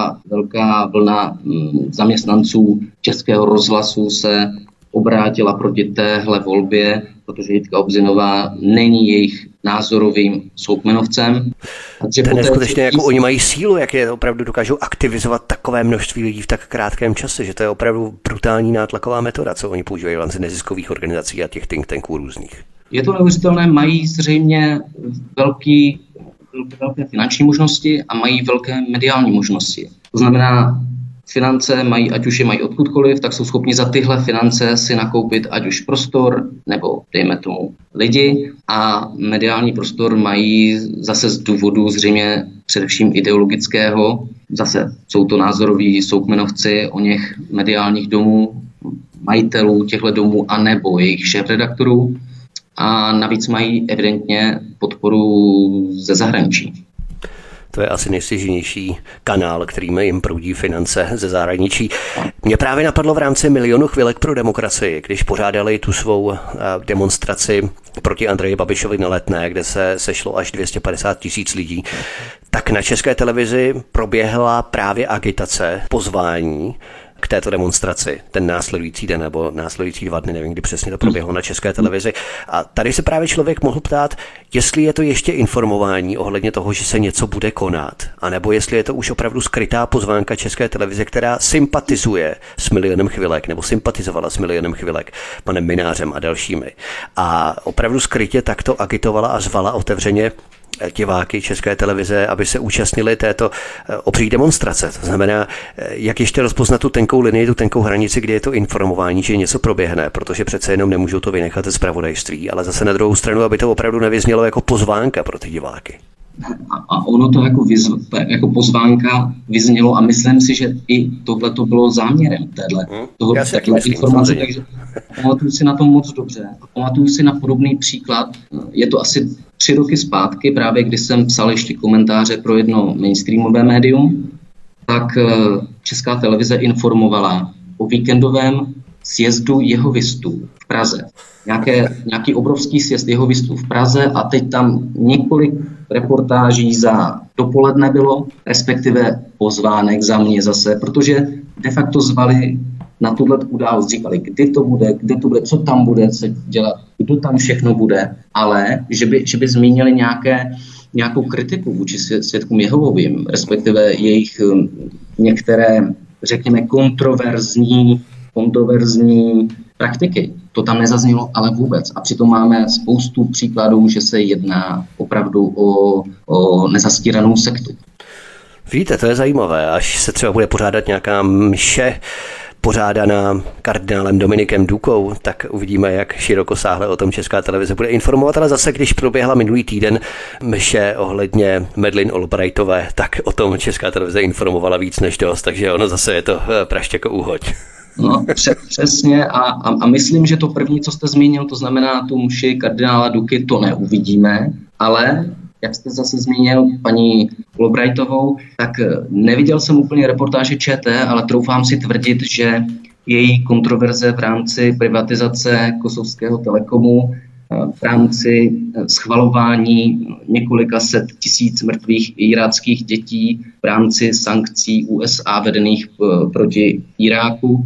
velká vlna zaměstnanců Českého rozhlasu se obrátila proti téhle volbě, protože Jitka Obzinová není jejich názorovým soukmenovcem. To je skutečně, jako oni mají sílu, jak je opravdu dokážou aktivizovat takové množství lidí v tak krátkém čase, že to je opravdu brutální nátlaková metoda, co oni používají v rámci neziskových organizací a těch think tanků různých. Je to neuvěřitelné, mají zřejmě velké finanční možnosti a mají velké mediální možnosti. To znamená, finance mají, ať už je mají odkudkoliv, tak jsou schopni za tyhle finance si nakoupit ať už prostor, nebo dejme tomu lidi a mediální prostor mají zase z důvodu zřejmě především ideologického. Zase jsou to názoroví soukmenovci o něch mediálních domů, majitelů těchto domů a nebo jejich šéfredaktorů a navíc mají evidentně podporu ze zahraničí. To je asi nejstěžnější kanál, kterým jim proudí finance ze zahraničí. Mě právě napadlo v rámci Milionu chvilek pro demokracii, když pořádali tu svou demonstraci proti Andreji Babišovi na Letné, kde se sešlo až 250 000 lidí, tak na České televizi proběhla právě agitace, pozvání k této demonstraci ten následující den nebo následující 2 dny, nevím, kdy přesně to proběhlo na České televizi. A tady se právě člověk mohl ptát, jestli je to ještě informování ohledně toho, že se něco bude konat, anebo jestli je to už opravdu skrytá pozvánka České televize, která sympatizuje s Milionem chvilek, nebo sympatizovala s Milionem chvilek, panem Minářem a dalšími. A opravdu skrytě takto agitovala a zvala otevřeně diváky České televize, aby se účastnili této obří demonstrace. To znamená, jak ještě rozpoznat tu tenkou linii, tu tenkou hranici, kdy je to informování, že něco proběhne, protože přece jenom nemůžou to vynechat ze zpravodajství, ale zase na druhou stranu, aby to opravdu nevyznělo jako pozvánka pro ty diváky. A ono to jako pozvánka vyznělo a myslím si, že i tohle to bylo záměrem téhle informace, takže pamatuju si na to moc dobře. Pamatuju si na podobný příklad, je to asi 3 roky zpátky, právě když jsem psal ještě komentáře pro jedno mainstreamové médium, tak Česká televize informovala o víkendovém sjezdu jehovistů v Praze. Nějaký obrovský sjezd jehovistů v Praze a teď tam několik reportáží za dopoledne bylo, respektive pozvánek za mě zase, protože de facto zvali na tuhle událost, říkali, kdy to bude, co tam bude se dělat, kdo tam všechno bude, ale že by zmínili nějakou kritiku vůči svědkům Jehovovým, respektive jejich některé řekněme, kontroverzní praktiky. To tam nezaznělo ale vůbec. A přitom máme spoustu příkladů, že se jedná opravdu o nezastíranou sektu. Víte, to je zajímavé, až se třeba bude pořádat nějaká mše pořádaná kardinálem Dominikem Dukou, tak uvidíme, jak širokosáhle o tom Česká televize bude informovat, ale zase, když proběhla minulý týden mše ohledně Madeleine Albrightové, tak o tom Česká televize informovala víc než dost, takže ono zase je to prašť jako úhoď. No, přesně a myslím, že to první, co jste zmínil, to znamená tu mši kardinála Duky, to neuvidíme, ale jak jste zase zmínil paní Albrightovou, tak neviděl jsem úplně reportáže ČT, ale troufám si tvrdit, že její kontroverze v rámci privatizace Kosovského Telekomu, v rámci schvalování několika set tisíc mrtvých iráckých dětí, v rámci sankcí USA vedených proti Iráku,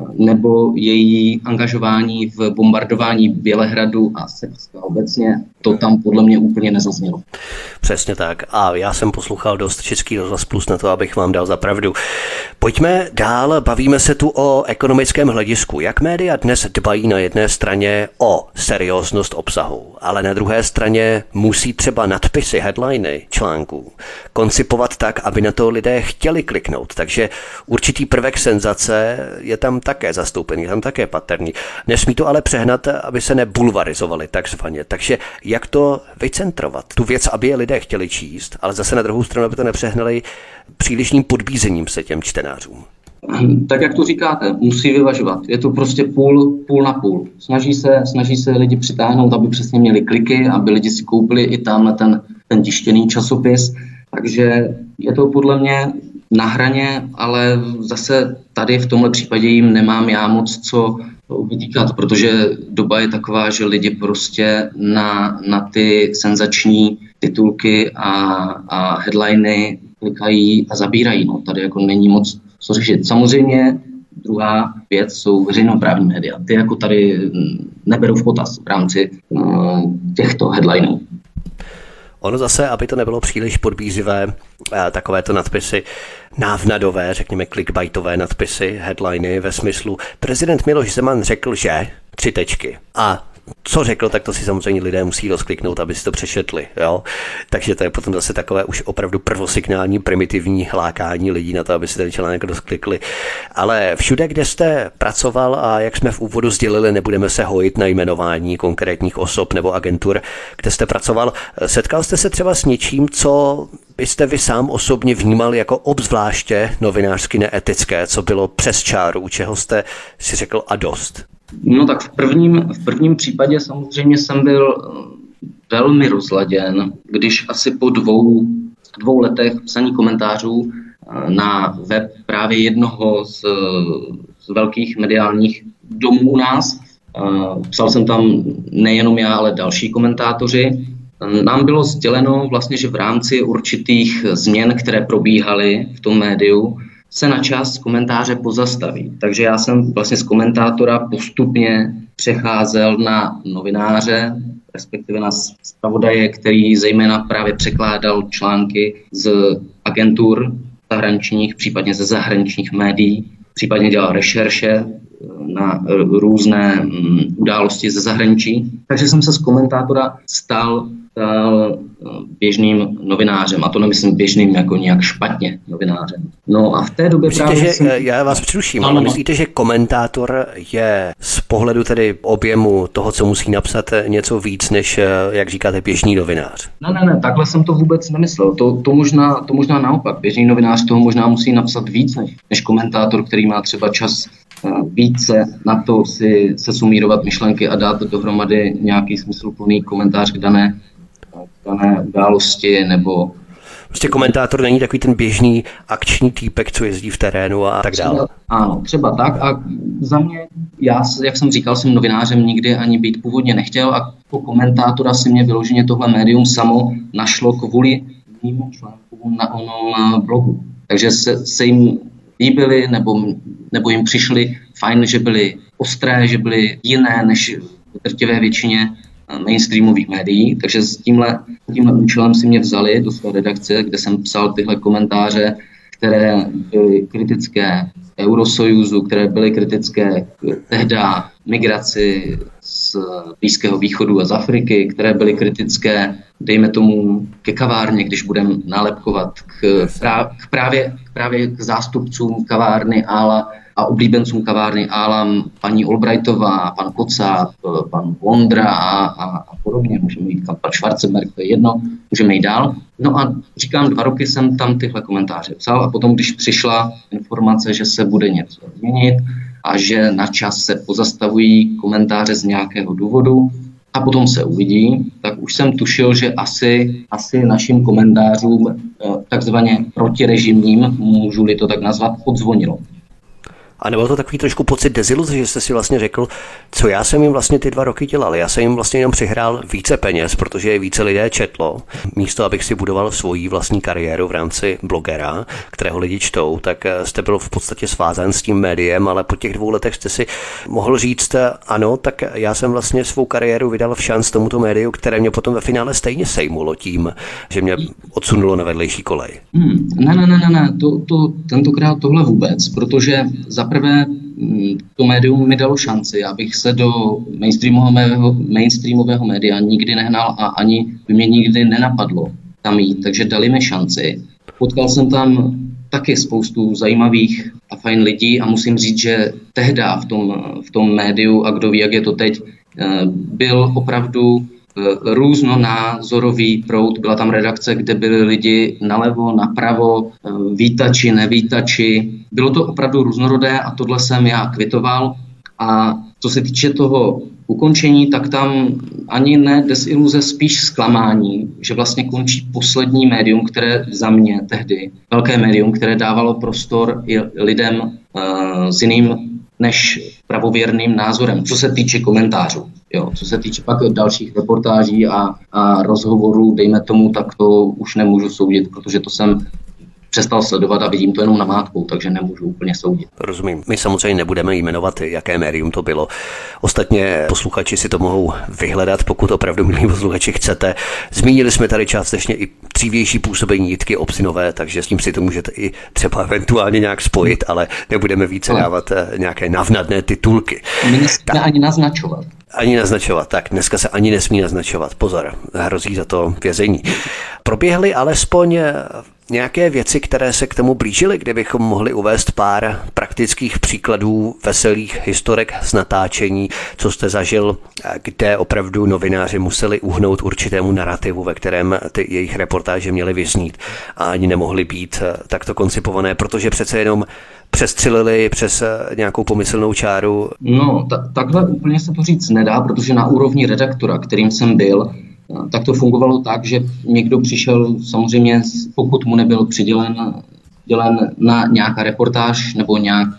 nebo její angažování v bombardování Bělehradu a Srbska obecně, to tam podle mě úplně nezaznělo. Přesně tak. A já jsem poslouchal dost Český rozhlas Plus na to, abych vám dal za pravdu. Pojďme dál, bavíme se tu o ekonomickém hledisku. Jak média dnes dbají na jedné straně o serióznost obsahu, ale na druhé straně musí třeba nadpisy, headliny článků koncipovat tak, aby na to lidé chtěli kliknout. Takže určitý prvek senzace je tam také zastoupený, je tam také patrný. Nesmí to ale přehnat, aby se nebulvarizovali takzvaně. Takže jak to vycentrovat? Tu věc, aby je lidé chtěli číst, ale zase na druhou stranu, aby to nepřehnali přílišným podbízením se těm čtenářům. Tak jak to říkáte, musí vyvažovat. Je to prostě půl na půl. Snaží se lidi přitáhnout, aby přesně měli kliky, aby lidi si koupili i tam ten tištěný časopis. Takže je to podle mě na hraně, ale zase tady v tomhle případě jim nemám já moc co vytýkat, protože doba je taková, že lidi prostě na ty senzační titulky a headliny klikají a zabírají. No, tady jako není moc co řešit. Samozřejmě druhá věc jsou veřejnoprávní média. Ty jako tady neberou v potaz v rámci těchto headlinů. Ono zase, aby to nebylo příliš podbízivé, takovéto nadpisy, návnadové, řekněme clickbaitové nadpisy, headliny ve smyslu prezident Miloš Zeman řekl, že 3 tečky. A co řekl, tak to si samozřejmě lidé musí rozkliknout, aby si to přečetli. Jo? Takže to je potom zase takové už opravdu prvosignální, primitivní lákání lidí na to, aby si ten článek rozklikli. Ale všude, kde jste pracoval a jak jsme v úvodu sdělili, nebudeme se hojit na jmenování konkrétních osob nebo agentur, kde jste pracoval, setkal jste se třeba s něčím, co byste vy sám osobně vnímal jako obzvláště novinářsky neetické, co bylo přes čáru, u čeho jste si řekl a dost? No tak v prvním případě samozřejmě jsem byl velmi rozladěn, když asi po dvou letech psaní komentářů na web právě jednoho z velkých mediálních domů u nás, psal jsem tam nejenom já, ale další komentátoři, nám bylo sděleno vlastně, že v rámci určitých změn, které probíhaly v tom médiu, se na část komentáře pozastaví. Takže já jsem vlastně z komentátora postupně přecházel na novináře, respektive na zpravodaje, který zejména právě překládal články z agentur zahraničních, případně ze zahraničních médií, případně dělal rešerše na různé události ze zahraničí. Takže jsem se z komentátora stal běžným novinářem. A to nemyslím běžným jako nějak špatně novinářem. No a v té době myslíte, právě já vás přeruším, ale myslíte, že komentátor je z pohledu tedy objemu toho, co musí napsat, něco víc než, jak říkáte, běžný novinář? Ne, takhle jsem to vůbec nemyslel. To možná naopak. Běžný novinář toho možná musí napsat víc než komentátor, který má třeba čas více na to si se sumírovat myšlenky a dát dohromady nějaký smysluplný komentář k dané události nebo... Prostě komentátor není takový ten běžný akční týpek, co jezdí v terénu a tak dále. Ano, třeba tak. A za mě, já, jak jsem říkal, jsem novinářem nikdy ani být původně nechtěl a jako komentátora si mě vyloženě tohle médium samo našlo kvůli mým článkům na onom blogu. Takže se jim líbily nebo jim přišly fajn, že byly ostré, že byly jiné než v drtivé většině mainstreamových médií, takže s tímhle účelem si mě vzali do své redakce, kde jsem psal tyhle komentáře v které byly kritické Eurosojuzu, které byly kritické tehda migraci z Blízkého východu a z Afriky, které byly kritické, dejme tomu, ke kavárně, když budeme nálepkovat právě k zástupcům kavárny Ála a oblíbencům kavárny Ála, paní Albrightová, pan Kocáb, pan Vondra a podobně. Můžeme jít pan Schwarzenberg, to je jedno, můžeme jít dál. No a říkám, 2 roky jsem tam tyhle komentáře psal a potom, když přišla informace, že se bude něco změnit a že na čas se pozastavují komentáře z nějakého důvodu a potom se uvidí, tak už jsem tušil, že asi našim komentářům takzvaně protirežimním, můžu-li to tak nazvat, podzvonilo. A nebyl to takový trošku pocit deziluze, že jste si vlastně řekl, co já jsem jim vlastně ty 2 roky dělal. Já jsem jim vlastně jenom přihrál více peněz, protože je více lidé četlo. Místo, abych si budoval svoji vlastní kariéru v rámci blogera, kterého lidi čtou, tak jste byl v podstatě svázán s tím médiem, ale po těch 2 letech jste si mohl říct, ano, tak já jsem vlastně svou kariéru vydal v šanc tomuto médiu, které mě potom ve finále stejně sejmulo tím, že mě odsunulo na vedlejší kolej. Ne, tentokrát tohle vůbec, protože zaprvé to médium mi dalo šanci, abych se do mainstreamového média nikdy nehnal a ani by mě nikdy nenapadlo tam jít, takže dali mi šanci. Potkal jsem tam taky spoustu zajímavých a fajn lidí a musím říct, že tehda v tom médiu, a kdo ví, jak je to teď, byl opravdu různonázorový proud. Byla tam redakce, kde byli lidi nalevo, napravo, vítači, nevítači. Bylo to opravdu různorodé a tohle jsem já kvitoval. A co se týče toho ukončení, tak tam ani ne desiluze, spíš zklamání, že vlastně končí poslední médium, které za mě tehdy, velké médium, které dávalo prostor i lidem s jiným než pravověrným názorem, co se týče komentářů. Jo, co se týče pak dalších reportáží a rozhovorů, dejme tomu, tak to už nemůžu soudit, protože to jsem přestal sledovat a vidím to jenom namátkou, takže nemůžu úplně soudit. Rozumím. My samozřejmě nebudeme jmenovat, jaké médium to bylo. Ostatně posluchači si to mohou vyhledat, pokud opravdu, milí posluchači, chcete. Zmínili jsme tady částečně i dřívější působení Jitky Obsinové, takže s tím si to můžete i třeba eventuálně nějak spojit, ale nebudeme více dávat nějaké návnadné titulky. My nesmíme ani naznačovat. Ani naznačovat, tak dneska se ani nesmí naznačovat. Pozor, hrozí za to vězení. Proběhly alespoň nějaké věci, které se k tomu blížily, kdybychom mohli uvést pár praktických příkladů veselých historek z natáčení, co jste zažil, kde opravdu novináři museli uhnout určitému narrativu, ve kterém ty jejich reportáže měly vyznít a ani nemohly být takto koncipované, protože přece jenom přestřelili přes nějakou pomyslnou čáru. No, takhle úplně se to říct nedá, protože na úrovni redaktora, kterým jsem byl, tak to fungovalo tak, že někdo přišel, samozřejmě pokud mu nebyl přidělen na nějaká reportáž nebo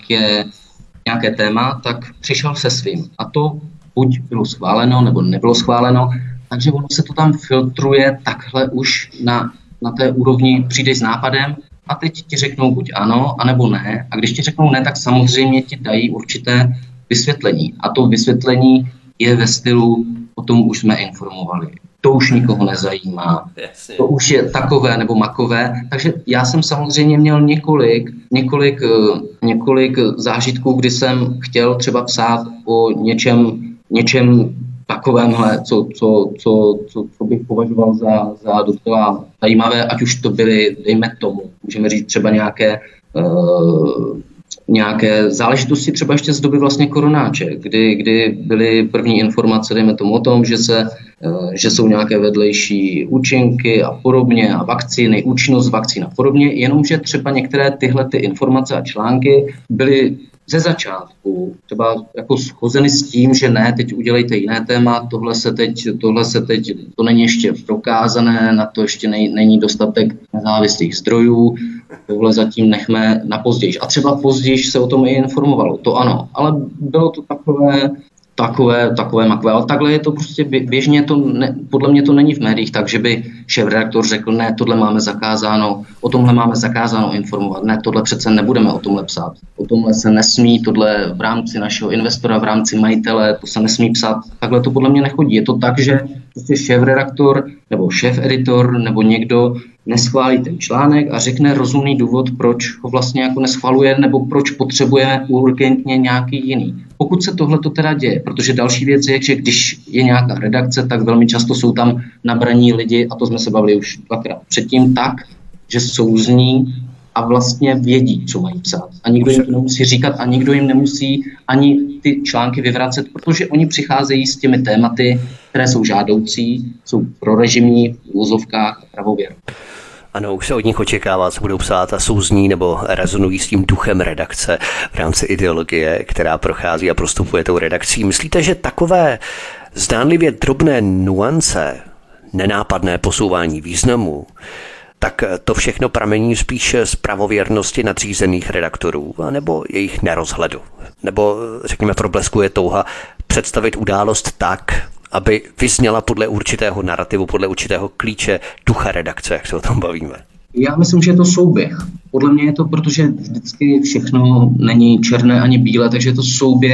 nějaké téma, tak přišel se svým. A to buď bylo schváleno, nebo nebylo schváleno, takže ono se to tam filtruje takhle už na té úrovni, přijdeš s nápadem a teď ti řeknou buď ano, anebo ne. A když ti řeknou ne, tak samozřejmě ti dají určité vysvětlení. A to vysvětlení je ve stylu, o tom už jsme informovali. To už nikoho nezajímá. To už je takové nebo makové. Takže já jsem samozřejmě měl několik zážitků, kdy jsem chtěl třeba psát o něčem takovémhle, co bych považoval za docela zajímavé, ať už to byly, dejme tomu, můžeme říct třeba nějaké záležitosti třeba ještě z doby vlastně koronáče, kdy byly první informace, dejme tomu o tom, že jsou nějaké vedlejší účinky a podobně a vakcíny, účinnost vakcín a podobně, jenomže třeba některé tyhle ty informace a články byly ze začátku třeba jako schozeny s tím, že ne, teď udělejte jiné téma, tohle se teď, to není ještě prokázané, na to ještě není dostatek nezávislých zdrojů, tohle zatím nechme na později. A třeba později se o tom i informovalo, to ano, ale bylo to takové makové, ale takhle je to prostě běžně, podle mě to není v médiích tak, že by šéfredaktor řekl, ne, tohle máme zakázáno, o tomhle máme zakázáno informovat, ne, tohle přece nebudeme o tomhle psát, o tomhle se nesmí, tohle v rámci našeho investora, v rámci majitele, to se nesmí psát, takhle to podle mě nechodí. Je to tak, že prostě šéfredaktor nebo šéfeditor nebo někdo neschválí ten článek a řekne rozumný důvod, proč ho vlastně jako neschvaluje nebo proč potřebujeme urgentně nějaký jiný. Pokud se tohle to teda děje, protože další věc je, že když je nějaká redakce, tak velmi často jsou tam nabraní lidi, a to jsme se bavili už dvakrát předtím, tak, že souzní a vlastně vědí, co mají psát. A nikdo jim to nemusí říkat a nikdo jim nemusí ani ty články vyvracet, protože oni přicházejí s těmi tématy, které jsou žádoucí, jsou prorežimní v úvozovkách a pravověrné. Ano, už se od nich očekává, co budou psát a souzní nebo rezonují s tím duchem redakce v rámci ideologie, která prochází a prostupuje tou redakcí. Myslíte, že takové zdánlivě drobné nuance, nenápadné posouvání významu, tak to všechno pramení spíš z pravověrnosti nadřízených redaktorů, anebo jejich nerozhledu? Nebo, řekněme, probleskuje touha představit událost tak, aby vyzněla podle určitého narrativu, podle určitého klíče ducha redakce, jak se o tom bavíme? Já myslím, že je to souběh. Podle mě je to, protože vždycky všechno není černé ani bílé, takže je to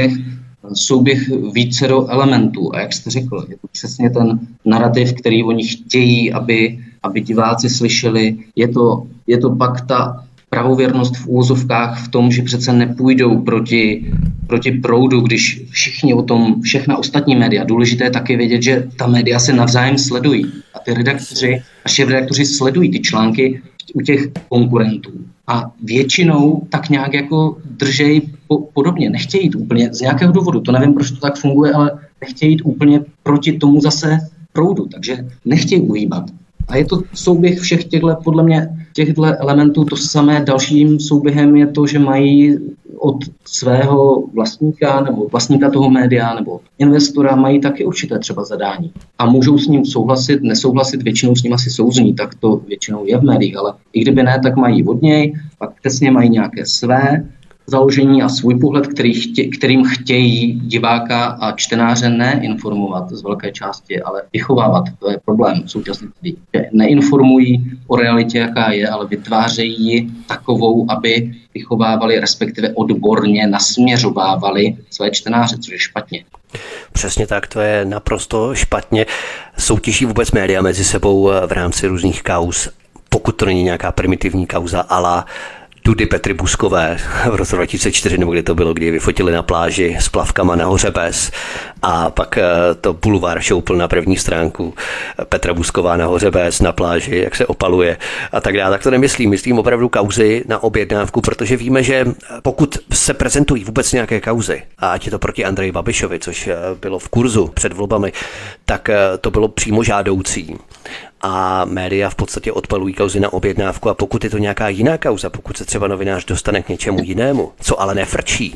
souběh vícero elementů. A jak jste řekl, je to přesně ten narrativ, který oni chtějí, aby diváci slyšeli. Je to pak ta pravověrnost v úvozovkách v tom, že přece nepůjdou proti proudu, když všechna ostatní média. Důležité je taky vědět, že ta média se navzájem sledují. A ty redaktoři a šéfredaktoři sledují ty články u těch konkurentů. A většinou tak nějak jako držej podobně. Nechtějí jít úplně z nějakého důvodu. To nevím, proč to tak funguje, ale nechtějí jít úplně proti tomu zase proudu. Takže nechtějí uhýbat. A je to souběh všech těchto elementů. To samé dalším souběhem je to, že mají od svého vlastníka nebo vlastníka toho média nebo investora mají taky určité třeba zadání. A můžou s ním souhlasit, nesouhlasit, většinou s ním asi souzní, tak to většinou je v médiích, ale i kdyby ne, tak mají od něj, pak přesně mají nějaké své založení a svůj pohled, kterým chtějí diváka a čtenáře neinformovat z velké části, ale vychovávat. To je problém současných lidí. Neinformují o realitě, jaká je, ale vytvářejí ji takovou, aby vychovávali, respektive odborně nasměřovávali své čtenáře, což je špatně. Přesně tak, to je naprosto špatně. Soutěží vůbec média mezi sebou v rámci různých kauz, pokud to není nějaká primitivní kauza ala Dudy Petry Buskové v roce 2004, nebo kdy to bylo, kdy vyfotili na pláži s plavkama na hoře Bez a pak to bulvár šoupl na první stránku Petra Busková na hoře Bez na pláži, jak se opaluje a tak dále. Tak to nemyslím, myslím opravdu kauzy na objednávku, protože víme, že pokud se prezentují vůbec nějaké kauzy, a ať je to proti Andreji Babišovi, což bylo v kurzu před volbami, tak to bylo přímo žádoucí. A média v podstatě odpalují kauzy na objednávku a pokud je to nějaká jiná kauza, pokud se třeba novinář dostane k něčemu jinému, co ale nefrčí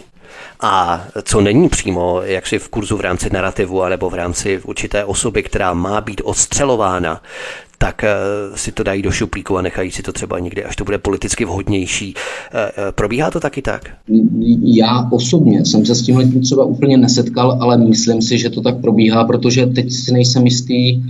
a co není přímo jaksi v kurzu v rámci narrativu anebo v rámci určité osoby, která má být odstřelována, tak si to dají do šuplíku a nechají si to třeba někdy, až to bude politicky vhodnější. Probíhá to taky tak? Já osobně jsem se s tímhle třeba úplně nesetkal, ale myslím si, že to tak probíhá, protože teď si nejsem jistý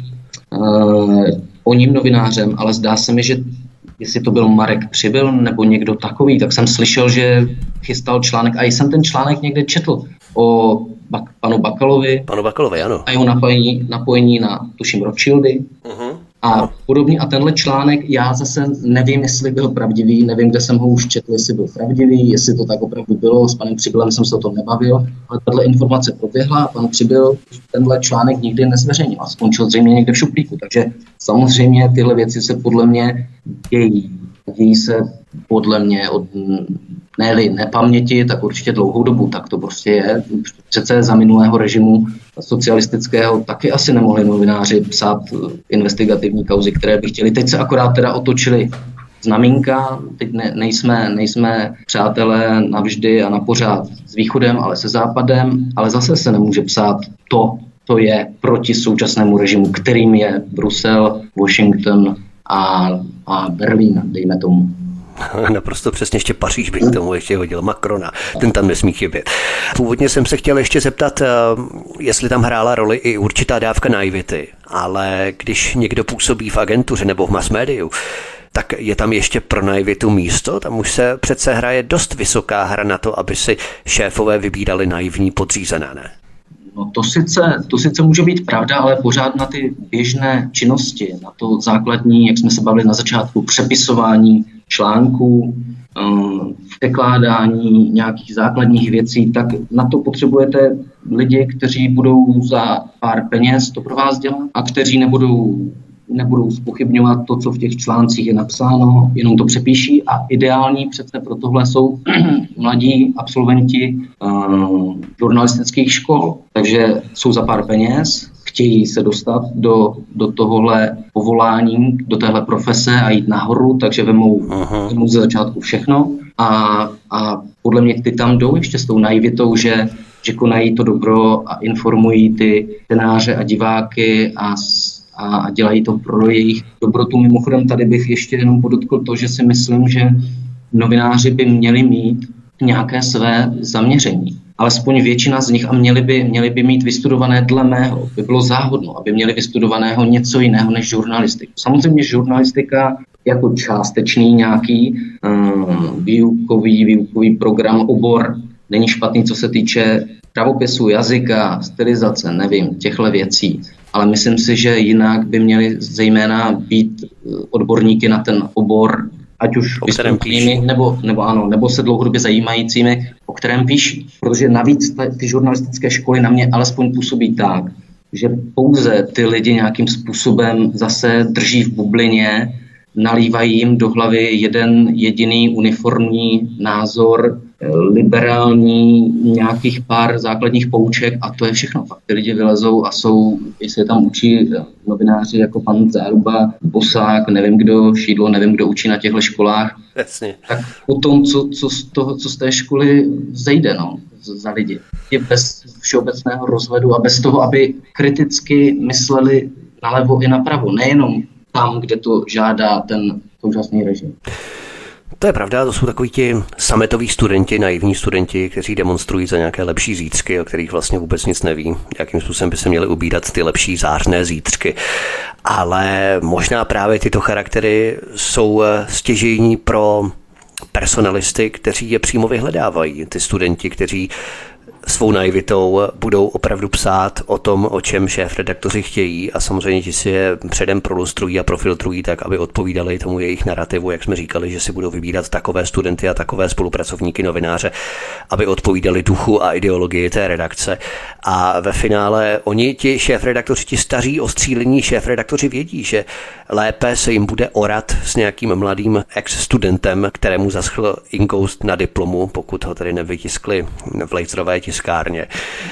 o ním novinářem, ale zdá se mi, že jestli to byl Marek Přibyl nebo někdo takový, tak jsem slyšel, že chystal článek a jsem ten článek někde četl o panu Bakalovi. Panu Bakalovi, ano. A jeho napojení na, tuším, Rothschildy. Uh-huh. A podobně. A tenhle článek, já zase nevím, jestli byl pravdivý, nevím, kde jsem ho už četl, jestli byl pravdivý, jestli to tak opravdu bylo, s panem Přibylem jsem se o tom nebavil, ale tato informace proběhla a pan Přibyl tenhle článek nikdy nezveřejnil a skončil zřejmě někde v šuplíku. Takže samozřejmě tyhle věci se podle mě dějí. Dějí se podle mě od nepaměti, tak určitě dlouhou dobu, tak to prostě je. Přece za minulého režimu socialistického taky asi nemohli novináři psát investigativní kauzy, které by chtěli. Teď se akorát teda otočili znamínka, teď nejsme přátelé navždy a na pořád s východem, ale se západem, ale zase se nemůže psát to je proti současnému režimu, kterým je Brusel, Washington a Berlín, dejme tomu. Naprosto přesně, ještě Paříž bych k tomu ještě hodil, Macrona, ten tam nesmí chybět. Původně jsem se chtěl ještě zeptat, jestli tam hrála roli i určitá dávka naivity, ale když někdo působí v agentuře nebo v mass médiu, tak je tam ještě pro naivitu místo? Tam už se přece hraje dost vysoká hra na to, aby si šéfové vybírali naivní podřízené, ne? No to sice může být pravda, ale pořád na ty běžné činnosti, na to základní, jak jsme se bavili na začátku, přepisování článků, překládání nějakých základních věcí, tak na to potřebujete lidi, kteří budou za pár peněz to pro vás dělat a kteří nebudou zpochybňovat to, co v těch článcích je napsáno, jenom to přepíší a ideální přece pro tohle jsou mladí absolventi žurnalistických škol. Takže jsou za pár peněz, chtějí se dostat do tohohle povolání, do téhle profese a jít nahoru, takže vemou ze začátku všechno a podle mě ty tam jdou ještě s tou naivitou, že konají to dobro a informují ty čtenáře a diváky a dělají to pro jejich dobrotu. Mimochodem tady bych ještě jenom podotkl to, že si myslím, že novináři by měli mít nějaké své zaměření. Alespoň většina z nich a měli by mít vystudované dle mého, by bylo záhodno, aby měli vystudovaného něco jiného než žurnalistiku. Samozřejmě žurnalistika jako částečný nějaký výukový program, obor není špatný, co se týče pravopisu, jazyka, stylizace, nevím, těchto věcí. Ale myslím si, že jinak by měli zejména být odborníky na ten obor, ať už vystudovanými, nebo se dlouhodobě zajímajícími, o kterém píší. Protože navíc ty žurnalistické školy na mě alespoň působí tak, že pouze ty lidi nějakým způsobem zase drží v bublině, nalívají jim do hlavy jeden jediný uniformní názor, liberální, nějakých pár základních pouček a to je všechno. Pak ty lidi vylezou a jsou, jestli je tam učí novináři jako pan Záruba, Bosák, nevím kdo, Šídlo, nevím kdo učí na těchto školách, Jasně. Tak potom, co z té školy zejde za lidi. Je bez všeobecného rozhledu a bez toho, aby kriticky mysleli nalevo i napravo, nejenom tam, kde to žádá ten současný režim. To je pravda, to jsou takoví ti sametoví studenti, naivní studenti, kteří demonstrují za nějaké lepší zítřky, o kterých vlastně vůbec nic neví, jakým způsobem by se měly ubírat ty lepší zářné zítřky. Ale možná právě tyto charaktery jsou stěžejní pro personalisty, kteří je přímo vyhledávají. Ty studenti, kteří svou naivitou budou opravdu psát o tom, o čem šéfredaktoři chtějí a samozřejmě ti si je předem prolustrují a profiltrují tak, aby odpovídali tomu jejich narrativu, jak jsme říkali, že si budou vybírat takové studenty a takové spolupracovníky novináře, aby odpovídali duchu a ideologii té redakce. A ve finále oni, ti šéfredaktoři, ti staří ostřílení šéfredaktoři vědí, že lépe se jim bude orat s nějakým mladým ex-studentem, kterému zaschl inkoust na diplomu, pokud ho tedy nevytiskli v laserové tiskárně,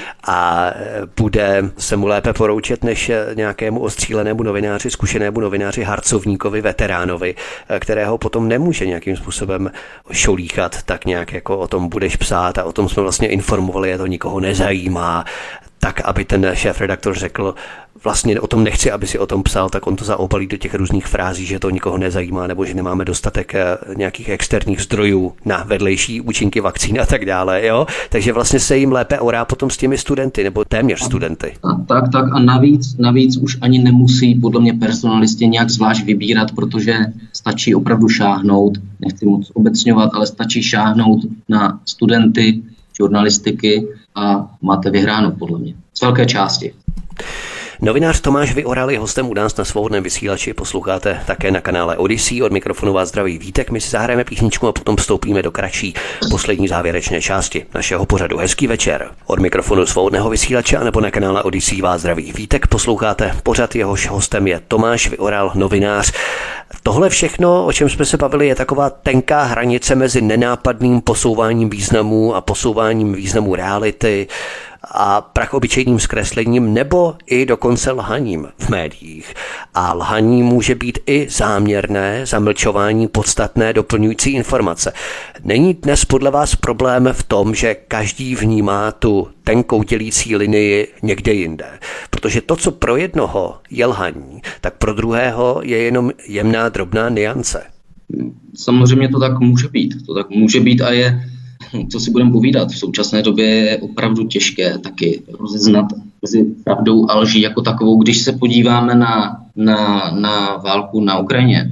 a bude se mu lépe poroučet než nějakému ostřílenému novináři, zkušenému novináři, harcovníkovi, veteránovi, kterého potom nemůže nějakým způsobem šolíchat tak nějak, jako o tom budeš psát a o tom jsme vlastně informovali, a to nikoho nezajímá, tak aby ten šéfredaktor řekl, vlastně o tom nechci, aby si o tom psal, tak on to zaobalí do těch různých frází, že to nikoho nezajímá, nebo že nemáme dostatek nějakých externích zdrojů na vedlejší účinky vakcín a tak dále, jo? Takže vlastně se jim lépe orá potom s těmi studenty, nebo téměř studenty. Tak a navíc už ani nemusí podle mě personalisti nějak zvlášť vybírat, protože stačí opravdu šáhnout, nechci moc obecňovat, ale stačí šáhnout na studenty žurnalistiky a máte vyhráno podle mě. Z velké části. Novinář Tomáš Vyoral je hostem u nás na Svobodném vysílači, posloucháte také na kanále Odyssey, od mikrofonu vás zdraví Vítek, my si zahrajeme písničku a potom vstoupíme do kratší poslední závěrečné části našeho pořadu. Hezký večer. Od mikrofonu Svobodného vysílače a nebo na kanále Odyssey vás zdraví Vítek, posloucháte pořad, jehož hostem je Tomáš Vyoral, novinář. Tohle všechno, o čem jsme se bavili, je taková tenká hranice mezi nenápadným posouváním významů a posouváním významu reality a prachobyčejným zkreslením nebo i dokonce lhaním v médiích. A lhaní může být i záměrné, zamlčování podstatné doplňující informace. Není dnes podle vás problém v tom, že každý vnímá tu tenkou dělící linii někde jinde? Protože to, co pro jednoho je lhaní, tak pro druhého je jenom jemná drobná nuance. Samozřejmě to tak může být. To tak může být a je, co si budeme povídat, v současné době je opravdu těžké taky rozeznat mezi pravdou a lží jako takovou. Když se podíváme na válku na Ukrajině,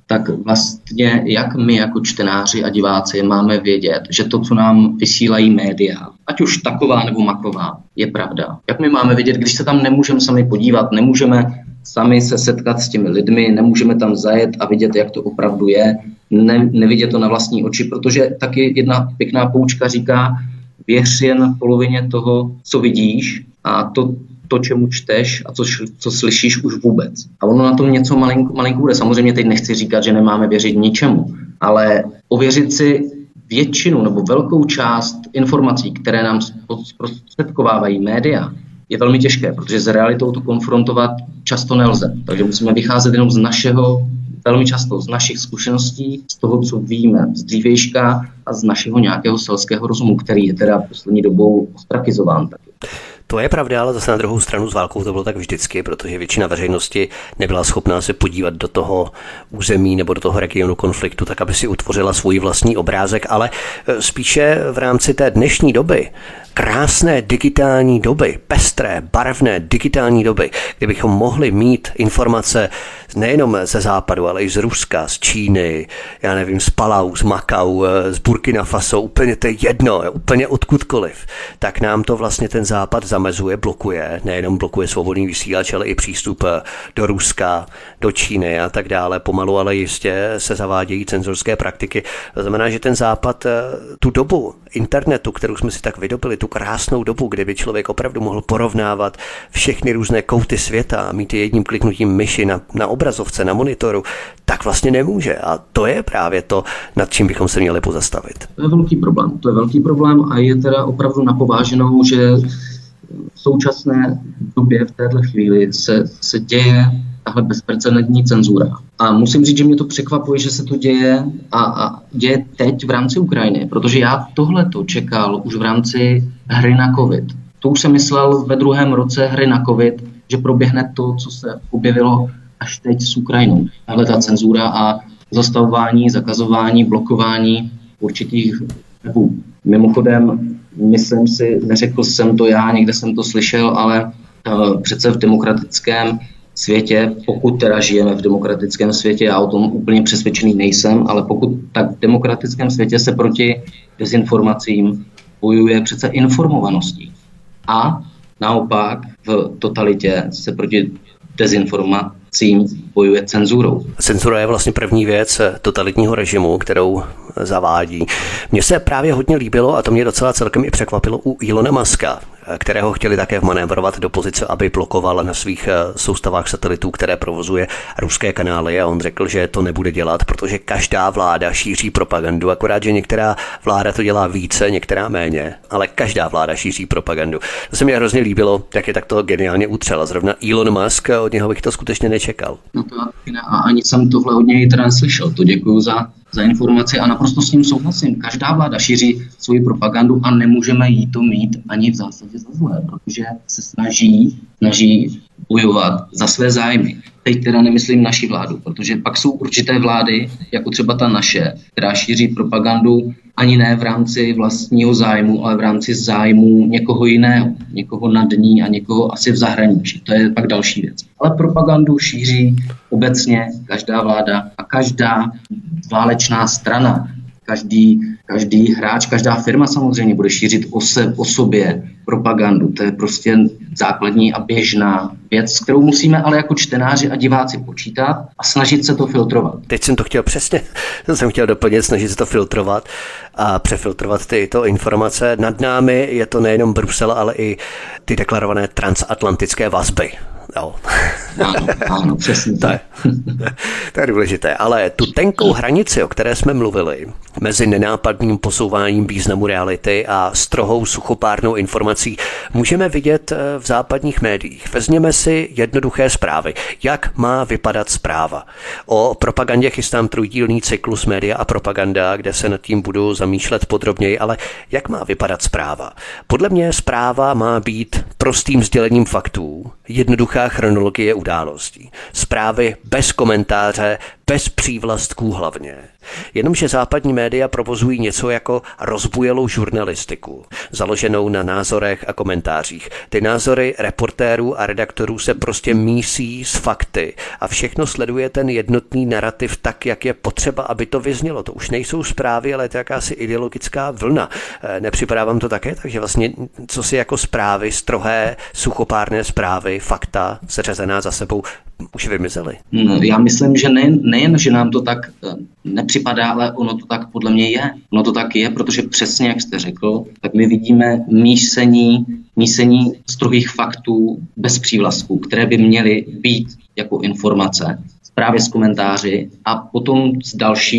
tak vlastně jak my jako čtenáři a diváci máme vědět, že to, co nám vysílají média, ať už taková nebo maková, je pravda. Jak my máme vědět, když se tam nemůžeme sami podívat, nemůžeme sami se setkat s těmi lidmi, nemůžeme tam zajet a vidět, jak to opravdu je, nevidět to na vlastní oči, protože taky jedna pěkná poučka říká, věř jen polovině toho, co vidíš, a to, čemu čteš a co slyšíš, už vůbec. A ono na tom něco malinko bude. Samozřejmě teď nechci říkat, že nemáme věřit ničemu, ale ověřit si většinu nebo velkou část informací, které nám zprostředkovávají média, je velmi těžké, protože s realitou to konfrontovat často nelze. Takže musíme vycházet jenom velmi často z našich zkušeností, z toho, co víme z dřívějška a z našeho nějakého selského rozumu, který je teda poslední dobou ostrakizován taky. To je pravda, ale zase na druhou stranu s válkou to bylo tak vždycky, protože většina veřejnosti nebyla schopná se podívat do toho území nebo do toho regionu konfliktu, tak aby si utvořila svůj vlastní obrázek, ale spíše v rámci té dnešní doby, krásné digitální doby, pestré, barevné digitální doby, kdybychom mohli mít informace nejenom ze západu, ale i z Ruska, z Číny, já nevím, z Palau, z Makau, z Burkina Faso, úplně to je jedno, úplně odkudkoliv, tak nám to vlastně ten západ zamezuje, blokuje, nejenom blokuje svobodný vysílač, ale i přístup do Ruska, do Číny a tak dále. Pomalu, ale jistě se zavádějí cenzorské praktiky. To znamená, že ten západ tu dobu internetu, kterou jsme si tak vydobili, tu krásnou dobu, kde by člověk opravdu mohl porovnávat všechny různé kouty světa a mít je jedním kliknutím myši na obrazovce, na monitoru, tak vlastně nemůže. A to je právě to, nad čím bychom se měli pozastavit. To je velký problém a je teda opravdu napováženou, že v současné době, v této chvíli se děje tahle bezprecedentní cenzura. A musím říct, že mě to překvapuje, že se to děje a děje teď v rámci Ukrajiny, protože já tohleto čekal už v rámci hry na covid. To už jsem myslel ve 2. roce hry na covid, že proběhne to, co se objevilo až teď s Ukrajinou. Tahle ta cenzura a zastavování, zakazování, blokování určitých webů. Mimochodem, myslím si, neřekl jsem to já, někde jsem to slyšel, ale přece v demokratickém světě, pokud teda žijeme v demokratickém světě, já o tom úplně přesvědčený nejsem, ale pokud tak v demokratickém světě se proti dezinformacím bojuje přece informovaností. A naopak v totalitě se proti dezinformacím bojuje cenzurou. Cenzura je vlastně první věc totalitního režimu, kterou zavádí. Mně se právě hodně líbilo, a to mě docela celkem i překvapilo, u Elona Muska, kterého chtěli také vmanévrovat do pozice, aby blokoval na svých soustavách satelitů, které provozuje ruské kanály, a on řekl, že to nebude dělat, protože každá vláda šíří propagandu, akorát, že některá vláda to dělá více, některá méně, ale každá vláda šíří propagandu. To se mi hrozně líbilo, jak je takto geniálně utřel. Zrovna Elon Musk, od něho bych to skutečně nečekal. No to a ani jsem tohle od něj teda neslyšel. To děkuju za informaci a naprosto s ním souhlasím. Každá vláda šíří svoji propagandu a nemůžeme jí to mít ani v zásadě za zlé, protože se snaží bojovat za své zájmy. Teď teda nemyslím naši vládu, protože pak jsou určité vlády, jako třeba ta naše, která šíří propagandu ani ne v rámci vlastního zájmu, ale v rámci zájmu někoho jiného, někoho nad ní a někoho asi v zahraničí. To je pak další věc. Ale propagandu šíří obecně každá vláda a každá válečná strana. Každý hráč, každá firma samozřejmě bude šířit o sobě propagandu. To je prostě základní a běžná věc, s kterou musíme ale jako čtenáři a diváci počítat a snažit se to filtrovat. Teď jsem to chtěl přesně, jsem chtěl doplnit, snažit se to filtrovat a přefiltrovat tyto informace. Nad námi je to nejenom Brusel, ale i ty deklarované transatlantické vazby. Jo. Ano, přesně. To je důležité, ale tu tenkou hranici, o které jsme mluvili, mezi nenápadným posouváním významu reality a strohou suchopárnou informací, můžeme vidět v západních médiích. Vezměme si jednoduché zprávy. Jak má vypadat zpráva? O propagandě chystám trojdílný cyklus Média a propaganda, kde se nad tím budu zamýšlet podrobněji, ale jak má vypadat zpráva? Podle mě zpráva má být prostým sdělením faktů, jednoduchá chronologie událostí. Zprávy bez komentáře, bez přívlastků hlavně. Jenomže západní média provozují něco jako rozbujelou žurnalistiku, založenou na názorech a komentářích. Ty názory reportérů a redaktorů se prostě mísí s fakty a všechno sleduje ten jednotný narrativ tak, jak je potřeba, aby to vyznělo. To už nejsou zprávy, ale je to jakási ideologická vlna. Nepřipadá vám to také? Takže vlastně co si jako zprávy, strohé, suchopárné zprávy, fakta, seřazená za sebou, už vymizely? Já myslím, že nejen, že nám to tak nepřipadá, ale ono to tak podle mě je. Ono to tak je, protože přesně, jak jste řekl, tak my vidíme mísení strohých faktů bez přívlastků, které by měly být jako informace, právě s komentáři a potom s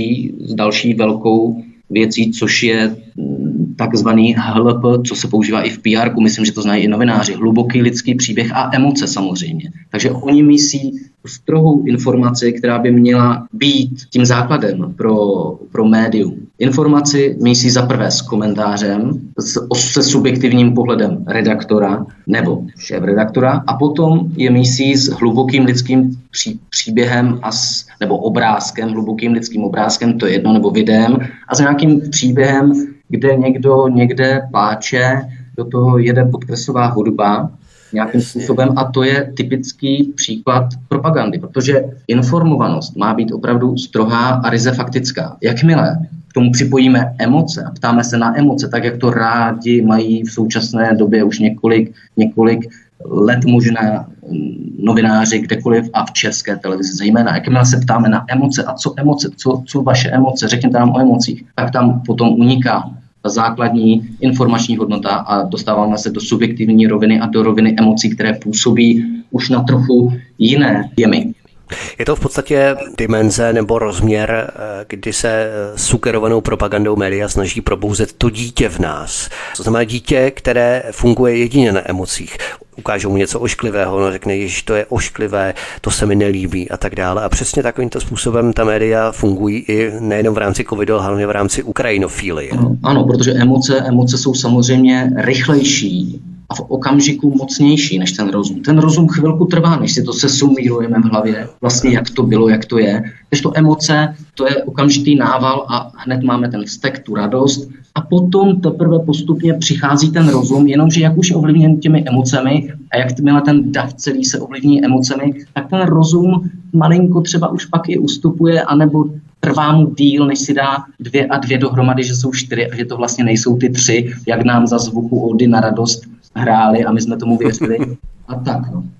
další velkou věcí, což je takzvaný HLP, co se používá i v PR, myslím, že to znají i novináři, hluboký lidský příběh a emoce samozřejmě. Takže oni mísí strohou informaci, která by měla být tím základem pro médium. Informaci mísí zaprvé s komentářem, se subjektivním pohledem redaktora nebo šéfredaktora a potom je mísí s hlubokým lidským příběhem nebo obrázkem, hlubokým lidským obrázkem, to je jedno, nebo videem a s nějakým příběhem, kde někdo někde pláče, do toho jede podkreslová hudba nějakým způsobem a to je typický příklad propagandy, protože informovanost má být opravdu strohá a ryze faktická. Jakmile k tomu připojíme emoce a ptáme se na emoce, tak jak to rádi mají v současné době už několik let možná novináři kdekoliv a v české televizi zejména. Jakmile se ptáme na emoce a co emoce, co vaše emoce, řekněte nám o emocích, tak tam potom uniká ta základní informační hodnota a dostáváme se do subjektivní roviny a do roviny emocí, které působí už na trochu jiné jemy. Je to v podstatě dimenze nebo rozměr, kdy se sugerovanou propagandou média snaží probouzet to dítě v nás. To znamená dítě, které funguje jedině na emocích. Ukážou mu něco ošklivého, no řekne, že to je ošklivé, to se mi nelíbí a tak dále. A přesně takovýmto způsobem ta média fungují i nejenom v rámci covidu, ale hlavně v rámci ukrajinofílie. Ano, protože emoce jsou samozřejmě rychlejší a v okamžiku mocnější než ten rozum. Ten rozum chvilku trvá, než si to sesumírujeme v hlavě, vlastně jak to bylo, jak to je. Takže to emoce, to je okamžitý nával a hned máme ten vztek, tu radost a potom teprve postupně přichází ten rozum, jenomže jak už je ovlivněn těmi emocemi a jakmile ten dav celý se ovlivní emocemi, tak ten rozum malinko třeba už pak i ustupuje, anebo trvá mu díl, než si dá 2 a 2 dohromady, že jsou 4 a že to vlastně nejsou ty 3, jak nám za zvuku ódy na radost hráli a my jsme tomu věřili a tak. No.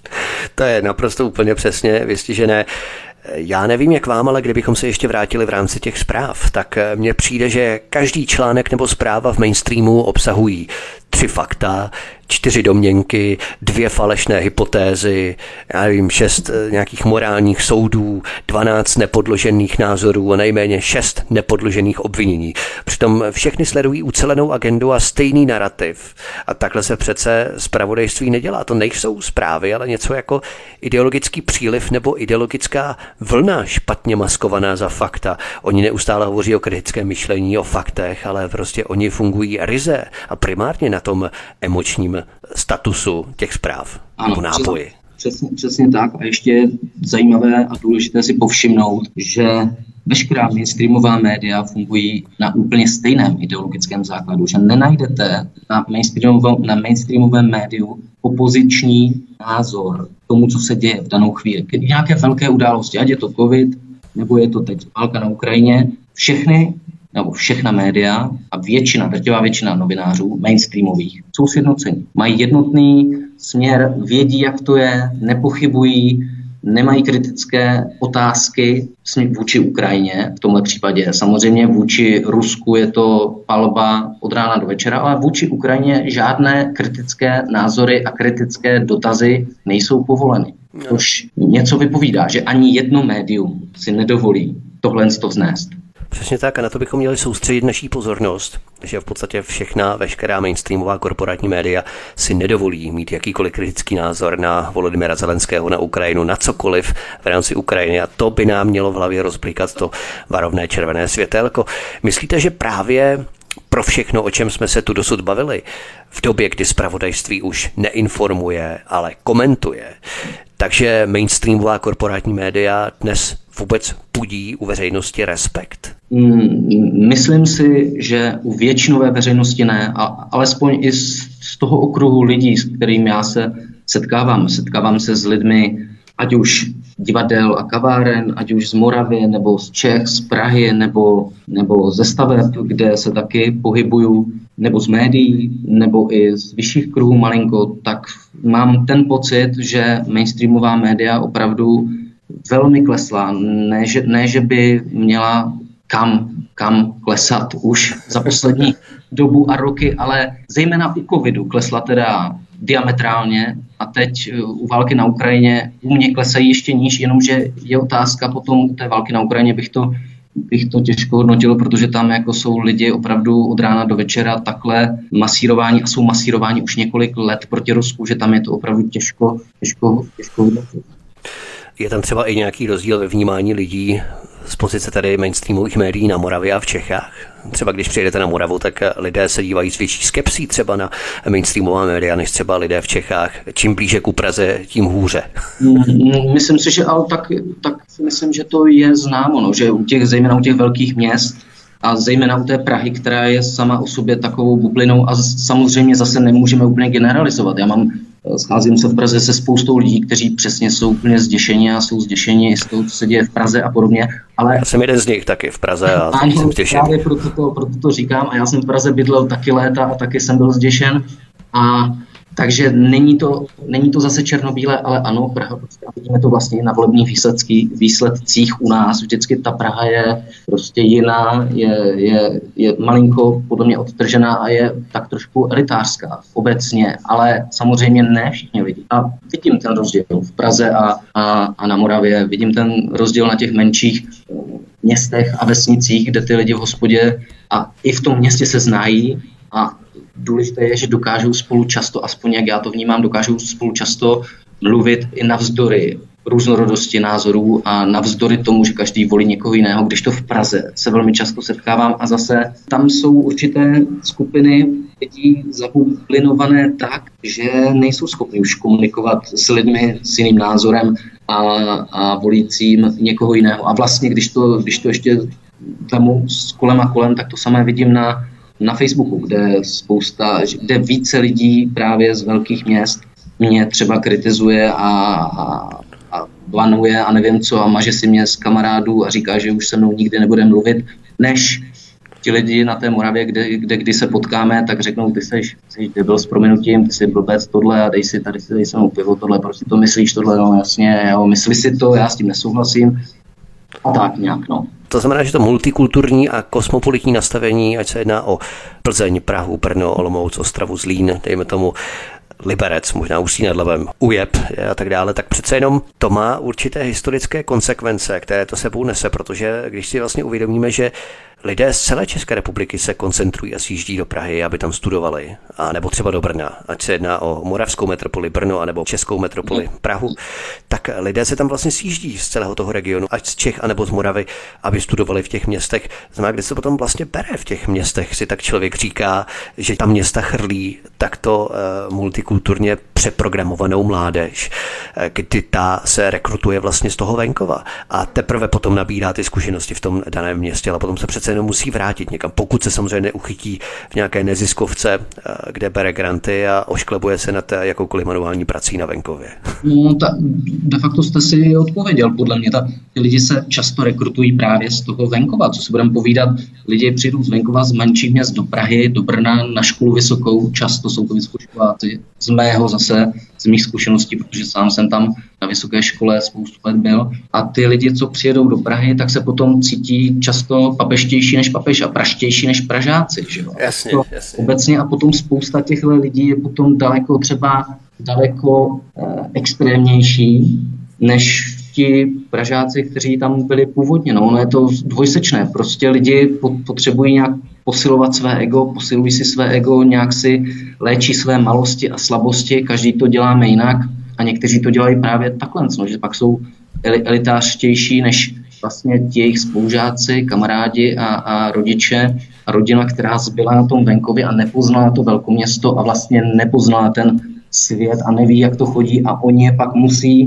To je naprosto úplně přesně vystižené. Já nevím, jak vám, ale kdybychom se ještě vrátili v rámci těch zpráv, tak mně přijde, že každý článek nebo zpráva v mainstreamu obsahují 3 fakta, 4 domněnky, 2 falešné hypotézy, já nevím, 6 nějakých morálních soudů, 12 nepodložených názorů a nejméně 6 nepodložených obvinění. Přitom všechny sledují ucelenou agendu a stejný narrativ. A takhle se přece zpravodajství nedělá. To nejsou zprávy, ale něco jako ideologický příliv nebo ideologická vlna špatně maskovaná za fakta. Oni neustále hovoří o kritickém myšlení, o faktech, ale prostě oni fungují ryze a primárně na tom emočním statusu těch zpráv nebo nápoji. Přesně tak. A ještě je zajímavé a důležité si povšimnout, že veškerá mainstreamová média fungují na úplně stejném ideologickém základu, že nenajdete na mainstreamovém médiu opoziční názor tomu, co se děje v danou chvíli. Když nějaké velké události, ať je to covid, nebo je to teď válka na Ukrajině, všechna média a drtivá většina novinářů mainstreamových jsou sjednocení. Mají jednotný směr, vědí, jak to je, nepochybují, nemají kritické otázky vůči Ukrajině v tomhle případě. Samozřejmě vůči Rusku je to palba od rána do večera, ale vůči Ukrajině žádné kritické názory a kritické dotazy nejsou povoleny. Už něco vypovídá, že ani jedno médium si nedovolí tohle vznést. Přesně tak a na to bychom měli soustředit naší pozornost, že v podstatě veškerá mainstreamová korporátní média si nedovolí mít jakýkoliv kritický názor na Volodymyra Zelenského, na Ukrajinu, na cokoliv v rámci Ukrajiny a to by nám mělo v hlavě rozblikat to varovné červené světélko. Myslíte, že právě pro všechno, o čem jsme se tu dosud bavili, v době, kdy zpravodajství už neinformuje, ale komentuje, Takže mainstreamová korporátní média dnes vůbec budí u veřejnosti respekt? Myslím si, že u většinové veřejnosti ne, a alespoň i z toho okruhu lidí, s kterým já se setkávám. Setkávám se s lidmi, ať už divadel a kaváren, ať už z Moravy, nebo z Čech, z Prahy, nebo ze staveb, kde se taky pohybuju, nebo z médií, nebo i z vyšších kruhů malinko, tak mám ten pocit, že mainstreamová média opravdu velmi klesla. Ne, že by měla kam klesat už za poslední dobu a roky, ale zejména u covidu klesla teda diametrálně a teď u války na Ukrajině u mě klesají ještě níž, jenomže je otázka potom u té války na Ukrajině bych to těžko hodnotil, protože tam jako jsou lidi opravdu od rána do večera takhle masírováni a jsou masírováni už několik let proti Rusku, že tam je to opravdu těžko hodnotit. Je tam třeba i nějaký rozdíl ve vnímání lidí z pozice tady mainstreamových médií na Moravě a v Čechách? Třeba když přijedete na Moravu, tak lidé se dívají s větší skepsí třeba na mainstreamová média, než třeba lidé v Čechách. Čím blíže ku Praze, tím hůře. Myslím si, že ale tak si myslím, že to je známo, no, že zejména u těch velkých měst a zejména u té Prahy, která je sama o sobě takovou bublinou a samozřejmě zase nemůžeme úplně generalizovat. Scházím se v Praze se spoustou lidí, kteří přesně jsou úplně zděšeni a jsou zděšeni z toho, co se děje v Praze a podobně. Ale já jsem jeden z nich taky v Praze a jsem zděšen. Právě proto to říkám a já jsem v Praze bydlel taky léta a taky jsem byl zděšen. Takže není to zase černobílé, ale ano, Praha, vidíme to vlastně i na volebních výsledcích u nás. Vždycky ta Praha je prostě jiná, je malinko podle mě odtržená a je tak trošku elitářská obecně, ale samozřejmě ne všichni lidi. A vidím ten rozdíl v Praze a na Moravě, vidím ten rozdíl na těch menších městech a vesnicích, kde ty lidi v hospodě a i v tom městě se znají a důležité je, že dokážou spolu často, aspoň jak já to vnímám, dokážou spolu často mluvit i navzdory různorodosti názorů a navzdory tomu, že každý volí někoho jiného, když to v Praze se velmi často setkávám a zase tam jsou určité skupiny lidí zabublinované tak, že nejsou schopni už komunikovat s lidmi s jiným názorem a volícím někoho jiného. A vlastně, když to ještě vemu s kolem a kolem, tak to samé vidím na Facebooku, kde více lidí právě z velkých měst mě třeba kritizuje a blanuje a nevím co a maže si mě z kamarádů a říká, že už se mnou nikdy nebude mluvit, než ti lidi na té Moravě, kde se potkáme, tak řeknou, ty jsi debil s prominutím, ty jsi blbec tohle a dej si se mnou pivo tohle, prostě to myslíš tohle, no jasně, jo, myslí si to, já s tím nesouhlasím a tak nějak, no. To znamená, že to multikulturní a kosmopolitní nastavení, ať se jedná o Plzeň, Prahu, Brno, Olomouc, Ostravu, Zlín, dejme tomu Liberec, možná Ústí nad Labem, Ujeb a tak dále, tak přece jenom to má určité historické konsekvence, které to sebou nese, protože když si vlastně uvědomíme, že lidé z celé České republiky se koncentrují a sjíždí do Prahy, aby tam studovali, a nebo třeba do Brna, ať se jedná o moravskou metropoli Brno, anebo českou metropoli Prahu, tak lidé se tam vlastně sjíždí z celého toho regionu, ať z Čech, anebo z Moravy, aby studovali v těch městech. Znamená, kde se potom vlastně bere v těch městech, si tak člověk říká, že ta města chrlí takto multikulturně přeprogramovanou mládež, kdy ta se rekrutuje vlastně z toho venkova a teprve potom nabírá ty zkušenosti v tom daném městě, ale potom se přece jenom musí vrátit někam, pokud se samozřejmě neuchytí v nějaké neziskovce, kde bere granty a ošklebuje se nad jakoukoliv manuální prací na venkově. No, de facto jste si odpověděl, podle mě. Ty lidi se často rekrutují právě z toho venkova, co si budeme povídat. Lidi přijdou z venkova z menších měst do Prahy, do Brna na školu vysokou, často jsou to vysokoškoláci, z mých zkušeností, protože sám jsem tam na vysoké škole spoustu let byl. A ty lidi, co přijedou do Prahy, tak se potom cítí často papeštější než papež a praštější než Pražáci. Že jo? Jasně. Obecně a potom spousta těchto lidí je potom daleko extrémnější než ti Pražáci, kteří tam byli původně. No, ono je to dvojsečné. Prostě lidi potřebují nějak posilovat své ego, posilují si své ego, nějak si léčí své malosti a slabosti, každý to děláme jinak a někteří to dělají právě takhle, no, že pak jsou elitářštější než vlastně ti jejich spolužáci, kamarádi a rodiče a rodina, která zbyla na tom venkově a nepoznala to velkoměsto a vlastně nepoznala ten svět a neví, jak to chodí a oni je pak musí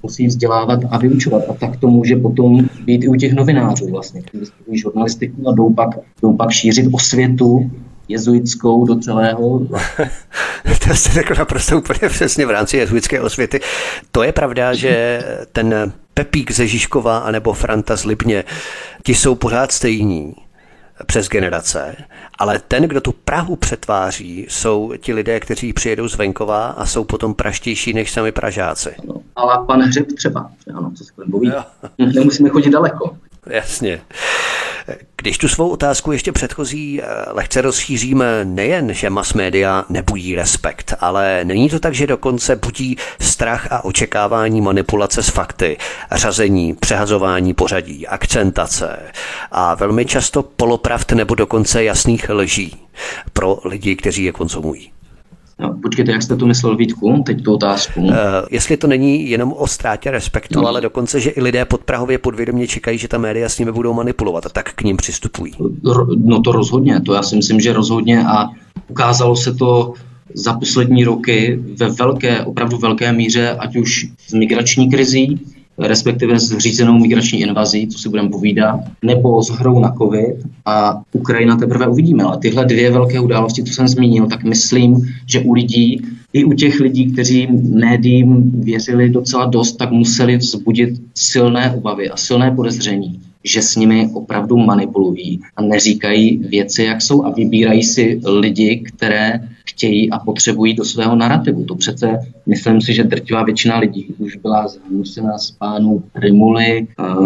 musí vzdělávat a vyučovat. A tak to může potom být i u těch novinářů vlastně, kteří studují žurnalistiku a jdou pak šířit osvětu jezuitskou do celého. To jste řekl naprosto úplně přesně v rámci jezuitské osvěty. To je pravda, že ten Pepík ze Žižkova anebo Franta z Libně, ti jsou pořád stejní přes generace, ale ten, kdo tu Prahu přetváří, jsou ti lidé, kteří přijedou z venkova a jsou potom praštější než sami Pražáci. No, ale pan Hřeb třeba, ano, co se poví. Nemusíme chodit daleko. Jasně. Když tu svou otázku ještě předchozí lehce rozšíříme, nejen, že mass media nebují respekt, ale není to tak, že dokonce budí strach a očekávání manipulace s fakty, řazení, přehazování pořadí, akcentace a velmi často polopravd nebo dokonce jasných lží pro lidi, kteří je konzumují. No, počkejte, jak jste to myslel, Vítku, teď tu otázku? Jestli to není jenom o ztrátě respektu, ale dokonce, že i lidé podprahově podvědomě čekají, že ta média s nimi budou manipulovat a tak k ním přistupují. No to rozhodně, to já si myslím, že rozhodně a ukázalo se to za poslední roky ve opravdu velké míře, ať už s migrační krizí, respektive s řízenou migrační invazí, co si budeme povídat, nebo s hrou na covid a Ukrajina teprve uvidíme. Ale tyhle dvě velké události, co jsem zmínil, tak myslím, že u lidí, i u těch lidí, kteří médiím věřili docela dost, tak museli vzbudit silné obavy a silné podezření, že s nimi opravdu manipulují a neříkají věci, jak jsou a vybírají si lidi, které chtějí a potřebují do svého narrativu. To přece, myslím si, že drtivá většina lidí už byla zhnusena z pánů Primuly,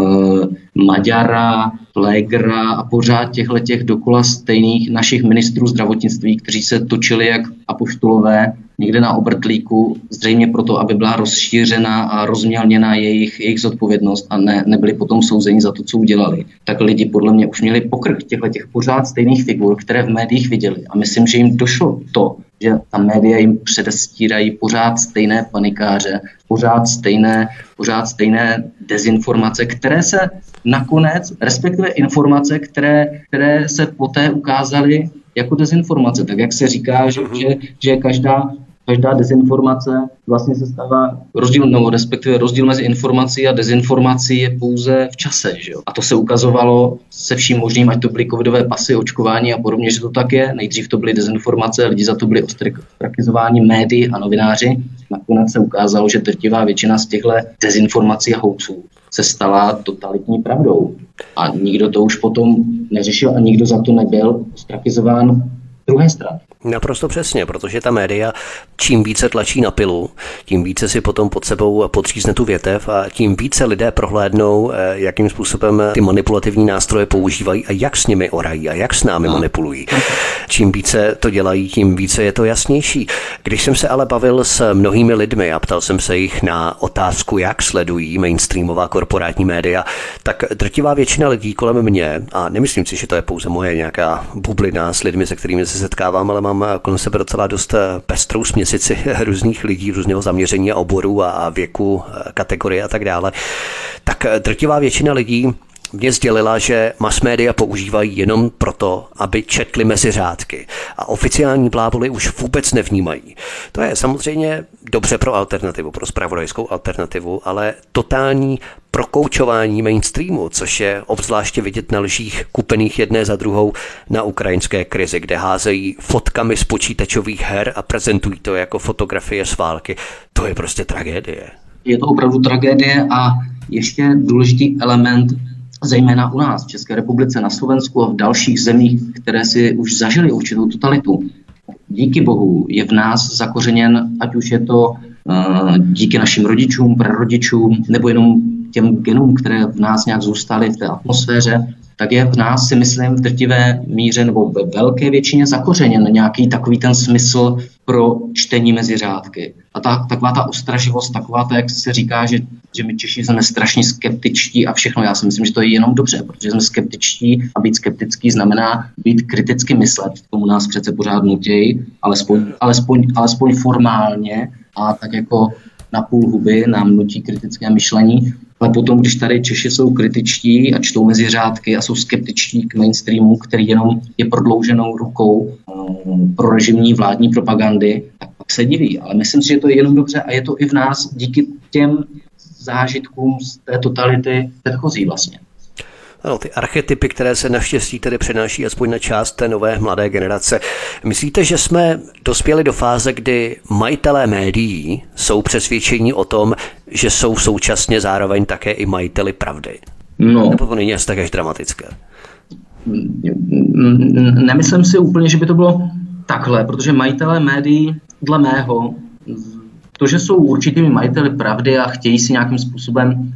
Maďara, Flegra a pořád těch dokola stejných našich ministrů zdravotnictví, kteří se točili jak apoštolové někde na obrtlíku, zřejmě proto, aby byla rozšířena a rozmělněna jejich zodpovědnost a nebyli potom souzeni za to, co udělali. Tak lidi podle mě už měli pokrk těch pořád stejných figur, které v médiích viděli. A myslím, že jim došlo to, že ta média jim předestírají pořád stejné panikáře, pořád stejné dezinformace, které se nakonec, respektive informace, které se poté ukázaly jako dezinformace. Tak jak se říká, že každá dezinformace vlastně se stává rozdíl mezi informací a dezinformací je pouze v čase. Že jo? A to se ukazovalo se vším možným, ať to byly covidové pasy, očkování a podobně, že to tak je. Nejdřív to byly dezinformace, lidi za to byli ostrakizováni médii a novináři. Nakonec se ukázalo, že drtivá většina z těchto dezinformací a hoaxů se stala totalitní pravdou. A nikdo to už potom neřešil a nikdo za to nebyl ostrakizován druhé strany. Naprosto přesně, protože ta média čím více tlačí na pilu, tím více si potom pod sebou potřízne tu větev a tím více lidé prohlédnou, jakým způsobem ty manipulativní nástroje používají a jak s nimi orají a jak s námi manipulují. Čím více to dělají, tím více je to jasnější. Když jsem se ale bavil s mnohými lidmi a ptal jsem se jich na otázku, jak sledují mainstreamová korporátní média, tak drtivá většina lidí kolem mě, a nemyslím si, že to je pouze moje nějaká bublina s lidmi, se kterými se setkávám, ale mám kolem sebe docela dost pestrou směsici různých lidí, různého zaměření a oborů a věku, kategorie a tak dále, tak drtivá většina lidí mě sdělila, že mass media používají jenom proto, aby četli mezi řádky a oficiální bláboli už vůbec nevnímají. To je samozřejmě dobře pro alternativu, pro zpravodajskou alternativu, ale totální prokoučování mainstreamu, což je obzvláště vidět na lžích kupených jedné za druhou na ukrajinské krizi, kde házejí fotkami z počítačových her a prezentují to jako fotografie z války. To je prostě tragédie. Je to opravdu tragédie a ještě důležitý element, zejména u nás v České republice, na Slovensku a v dalších zemích, které si už zažili určitou totalitu. Díky bohu je v nás zakořeněn, ať už je to díky našim rodičům, prarodičům, nebo jenom těm genům, které v nás nějak zůstaly v té atmosféře, tak je v nás, si myslím, v drtivé míře nebo ve velké většině zakořeněn nějaký takový ten smysl pro čtení mezi řádky. A taková ta ostraživost, taková ta, jak se říká, že my Češi jsme strašně skeptičtí a všechno. Já si myslím, že to je jenom dobře, protože jsme skeptičtí a být skeptický znamená být kriticky myslet. Tomu nás přece pořád nutějí, alespoň formálně a tak jako na půl huby nám nutí kritické myšlení. Ale potom, když tady Češi jsou kritičtí a čtou mezi řádky a jsou skeptičtí k mainstreamu, který jenom je prodlouženou rukou pro režimní vládní propagandy, tak pak se diví. Ale myslím si, že to je jenom dobře a je to i v nás díky těm zážitkům z té totality předchozí vlastně. Ano, ty archetypy, které se naštěstí tedy přenáší aspoň na část té nové mladé generace. Myslíte, že jsme dospěli do fáze, kdy majitelé médií jsou přesvědčení o tom, že jsou současně zároveň také i majiteli pravdy? No. Nebo to není asi tak až dramatické? Nemyslím si úplně, že by to bylo takhle, protože majitelé médií, dle mého, to, že jsou určitými majiteli pravdy a chtějí si nějakým způsobem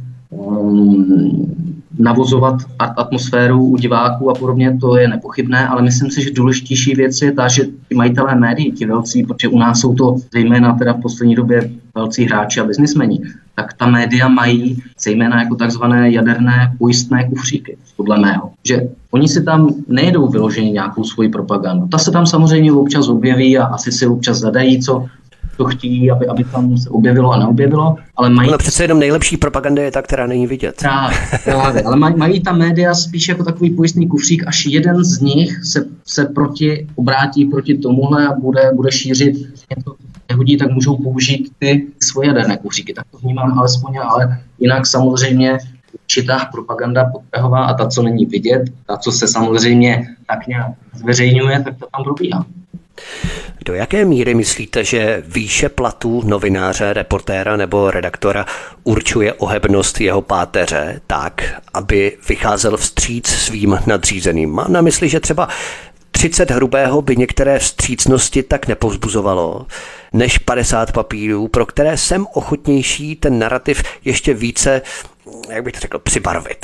navozovat atmosféru u diváků a podobně, to je nepochybné, ale myslím si, že důležitější věc je ta, že ti majitelé médií, ti velcí, protože u nás jsou to zejména teda v poslední době velcí hráči a biznismeni, tak ta média mají zejména jako takzvané jaderné pojistné kufříky, podle mého. Že oni si tam nejedou vyloženě nějakou svoji propagandu. Ta se tam samozřejmě občas objeví a asi si občas zadají, co to chtějí, aby tam se objevilo a neobjevilo, ale mají... Ale přece jenom nejlepší propaganda je ta, která není vidět. Právě, ale mají ta média spíš jako takový pojistný kufřík, až jeden z nich se obrátí proti tomuhle a bude šířit něco, nehodí, tak můžou použít ty svoje jaderné kufříky. Tak to vnímám alespoň, ale jinak samozřejmě určitá propaganda podtrhová a ta, co není vidět, ta, co se samozřejmě tak nějak zveřejňuje, tak to tam probíhá. Do jaké míry myslíte, že výše platů novináře, reportéra nebo redaktora určuje ohebnost jeho páteře tak, aby vycházel vstříc svým nadřízeným? Mám na mysli, že třeba 30 hrubého by některé vstřícnosti tak nepovzbuzovalo, než 50 papírů, pro které jsem ochotnější ten narrativ ještě více, jak bych to řekl, přibarvit.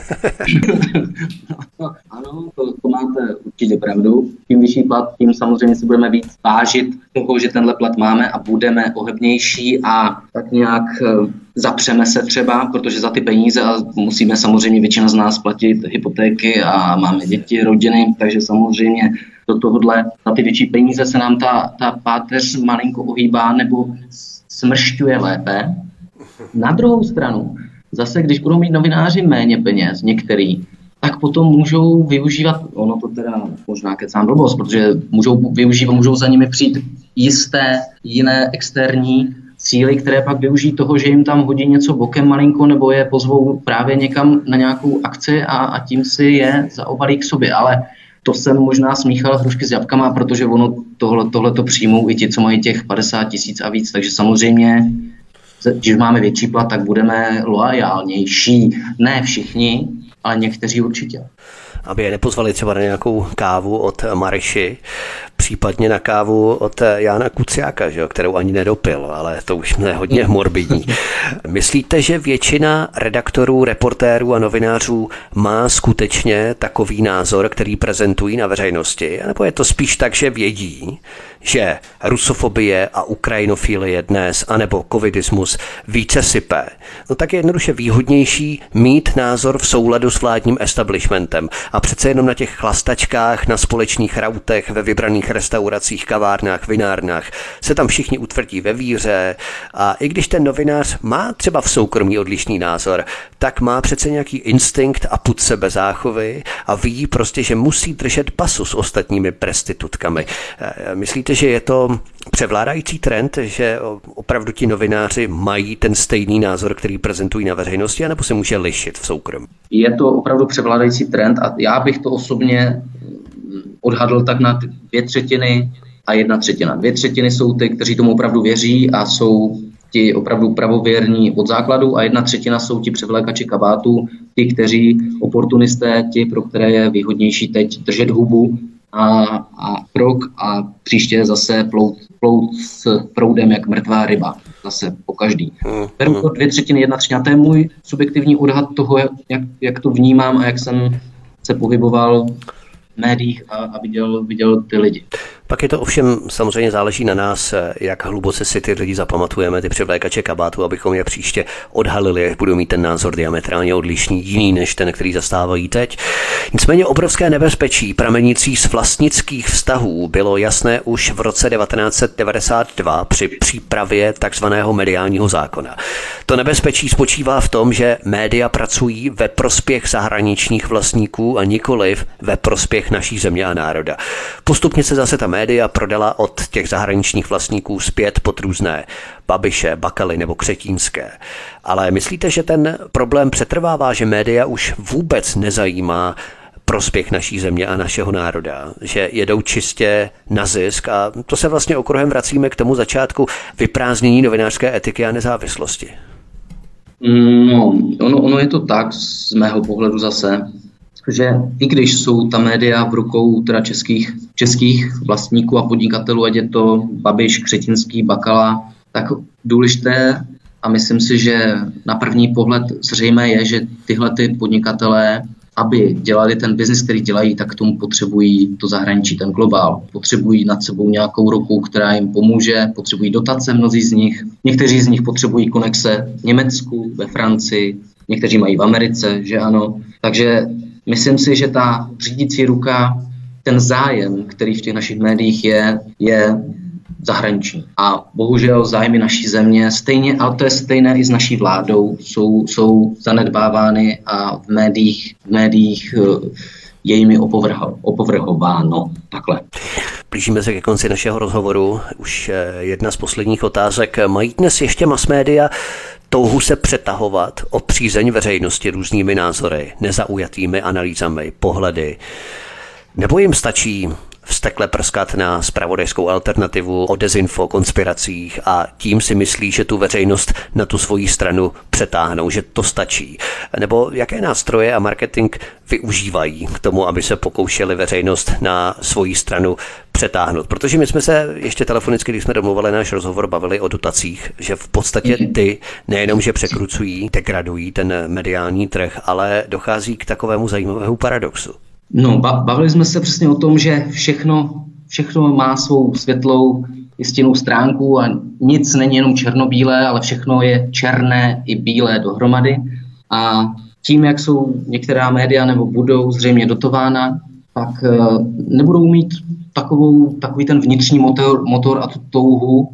Ano, to máte určitě pravdu. Tím vyšší plat, tím samozřejmě si budeme víc vážit toho, že tenhle plat máme a budeme ohebnější a tak nějak zapřeme se třeba, protože za ty peníze a musíme samozřejmě většina z nás platit hypotéky a máme děti, rodiny, takže samozřejmě do tohohle za ty větší peníze se nám ta páteř malinko ohýbá nebo smršťuje lépe. Na druhou stranu, zase, když budou mít novináři méně peněz, některý, tak potom můžou využívat, ono to teda možná kecám blbost, protože můžou za nimi přijít jisté jiné externí síly, které pak využijí toho, že jim tam hodí něco bokem malinko nebo je pozvou právě někam na nějakou akci a tím si je zaobalí k sobě. Ale to jsem možná smíchal hrušky s jabkama, protože ono tohle to přijmou i ti, co mají těch 50 000 a víc, takže samozřejmě když máme větší plat, tak budeme loajálnější. Ne všichni, ale někteří určitě. Aby je nepozvali třeba na nějakou kávu od Maryši, případně na kávu od Jána Kuciáka, že jo, kterou ani nedopil, ale to už je hodně morbidní. Myslíte, že většina redaktorů, reportérů a novinářů má skutečně takový názor, který prezentují na veřejnosti? Nebo je to spíš tak, že vědí, že rusofobie a ukrajinofilie dnes, anebo covidismus více sype? No tak je jednoduše výhodnější mít názor v souladu s vládním establishmentem. A přece jenom na těch chlastačkách, na společných rautech, ve vybraných restauracích, kavárnách, vinárnách se tam všichni utvrdí ve víře a i když ten novinář má třeba v soukromí odlišný názor, tak má přece nějaký instinkt a pud sebezáchovy a ví prostě, že musí držet pasu s ostatními prostitutkami. Myslíte, že je to převládající trend, že opravdu ti novináři mají ten stejný názor, který prezentují na veřejnosti, anebo se může lišit v soukromí? Je to opravdu převládající trend a já bych to osobně odhadl tak na 2/3 a 1/3. 2/3 jsou ty, kteří tomu opravdu věří a jsou ti opravdu pravověrní od základu a 1/3 jsou ti převlékači kabátů, ti, kteří oportunisté, ti, pro které je výhodnější teď držet hubu a krok a příště zase plout s proudem jak mrtvá ryba. Zase po každý. Beru to 2/3, 1/3. To je můj subjektivní odhad toho, jak to vnímám a jak jsem se pohyboval v médiích a viděl ty lidi. Pak je to ovšem samozřejmě záleží na nás, jak hluboce si ty lidi zapamatujeme, ty převlékače kabátu, abychom je příště odhalili, až budou mít ten názor diametrálně odlišný, jiný než ten, který zastávají teď. Nicméně obrovské nebezpečí pramenící z vlastnických vztahů bylo jasné už v roce 1992 při přípravě takzvaného mediálního zákona. To nebezpečí spočívá v tom, že média pracují ve prospěch zahraničních vlastníků a nikoliv ve prospěch naší země a národa. Postupně se zase ta média prodala od těch zahraničních vlastníků zpět pod různé Babiše, Bakaly nebo Křetínské. Ale myslíte, že ten problém přetrvává, že média už vůbec nezajímá prospěch naší země a našeho národa, že jedou čistě na zisk a to se vlastně okruhem vracíme k tomu začátku vyprázdnění novinářské etiky a nezávislosti? No, ono je to tak z mého pohledu zase, že i když jsou ta média v rukou teda českých vlastníků a podnikatelů, ať je to Babiš, Křetínský, Bakala, tak důležité a myslím si, že na první pohled zřejmé je, že tyhle ty podnikatelé, aby dělali ten biznis, který dělají, tak k tomu potřebují to zahraničí, ten globál. Potřebují nad sebou nějakou ruku, která jim pomůže, potřebují dotace mnozí z nich. Někteří z nich potřebují konexe v Německu, ve Francii, někteří mají v Americe, že ano. Takže myslím si, že ta řídící ruka, ten zájem, který v těch našich médiích je zahraniční. A bohužel zájmy naší země stejně, ale to je stejné i s naší vládou, jsou zanedbávány a v médiích je jimi opovrhováno. Takhle. Blížíme se ke konci našeho rozhovoru. Už jedna z posledních otázek. Mají dnes ještě masmédia touhu se přetahovat o přízeň veřejnosti různými názory, nezaujatými analýzami, pohledy? Nebo jim stačí vztekle prskat na zpravodajskou alternativu o dezinfo, konspiracích a tím si myslí, že tu veřejnost na tu svoji stranu přetáhnou, že to stačí? Nebo jaké nástroje a marketing využívají k tomu, aby se pokoušeli veřejnost na svoji stranu přetáhnout? Protože my jsme se ještě telefonicky, když jsme domluvili náš rozhovor, bavili o dotacích, že v podstatě ty nejenom, že překrucují, degradují ten mediální trh, ale dochází k takovému zajímavému paradoxu. No, bavili jsme se přesně o tom, že všechno má svou světlou jistinnou stránku a nic není jenom černobílé, ale všechno je černé i bílé dohromady. A tím, jak jsou některá média nebo budou zřejmě dotována, tak nebudou mít takový ten vnitřní motor a tu touhu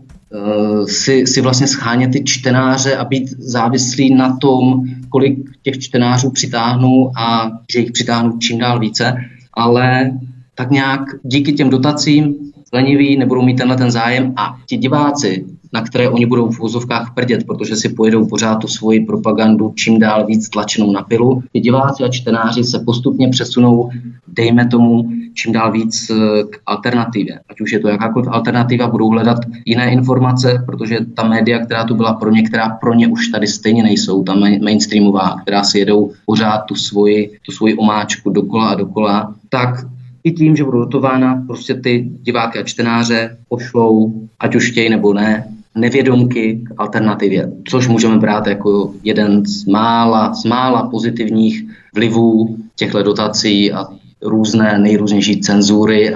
si vlastně schánět ty čtenáře a být závislí na tom, kolik těch čtenářů přitáhnou a že jich přitáhnou čím dál více, ale tak nějak díky těm dotacím leniví nebudou mít ten zájem a ti diváci, na které oni budou v úzovkách prdět, protože si pojedou pořád tu svoji propagandu čím dál víc tlačenou na pilu. Ti diváci a čtenáři se postupně přesunou, dejme tomu, čím dál víc k alternativě. Ať už je to jakákoliv alternativa, budou hledat jiné informace, protože ta média, která tu byla pro ně, která pro ně už tady stejně nejsou, ta mainstreamová, která si jedou pořád tu svoji omáčku dokola a dokola, tak i tím, že budou dotována, prostě ty diváky a čtenáře pošlou, ať už chtějí nebo ne, nevědomky k alternativě, což můžeme brát jako jeden z mála pozitivních vlivů těchto dotací a nejrůznější cenzury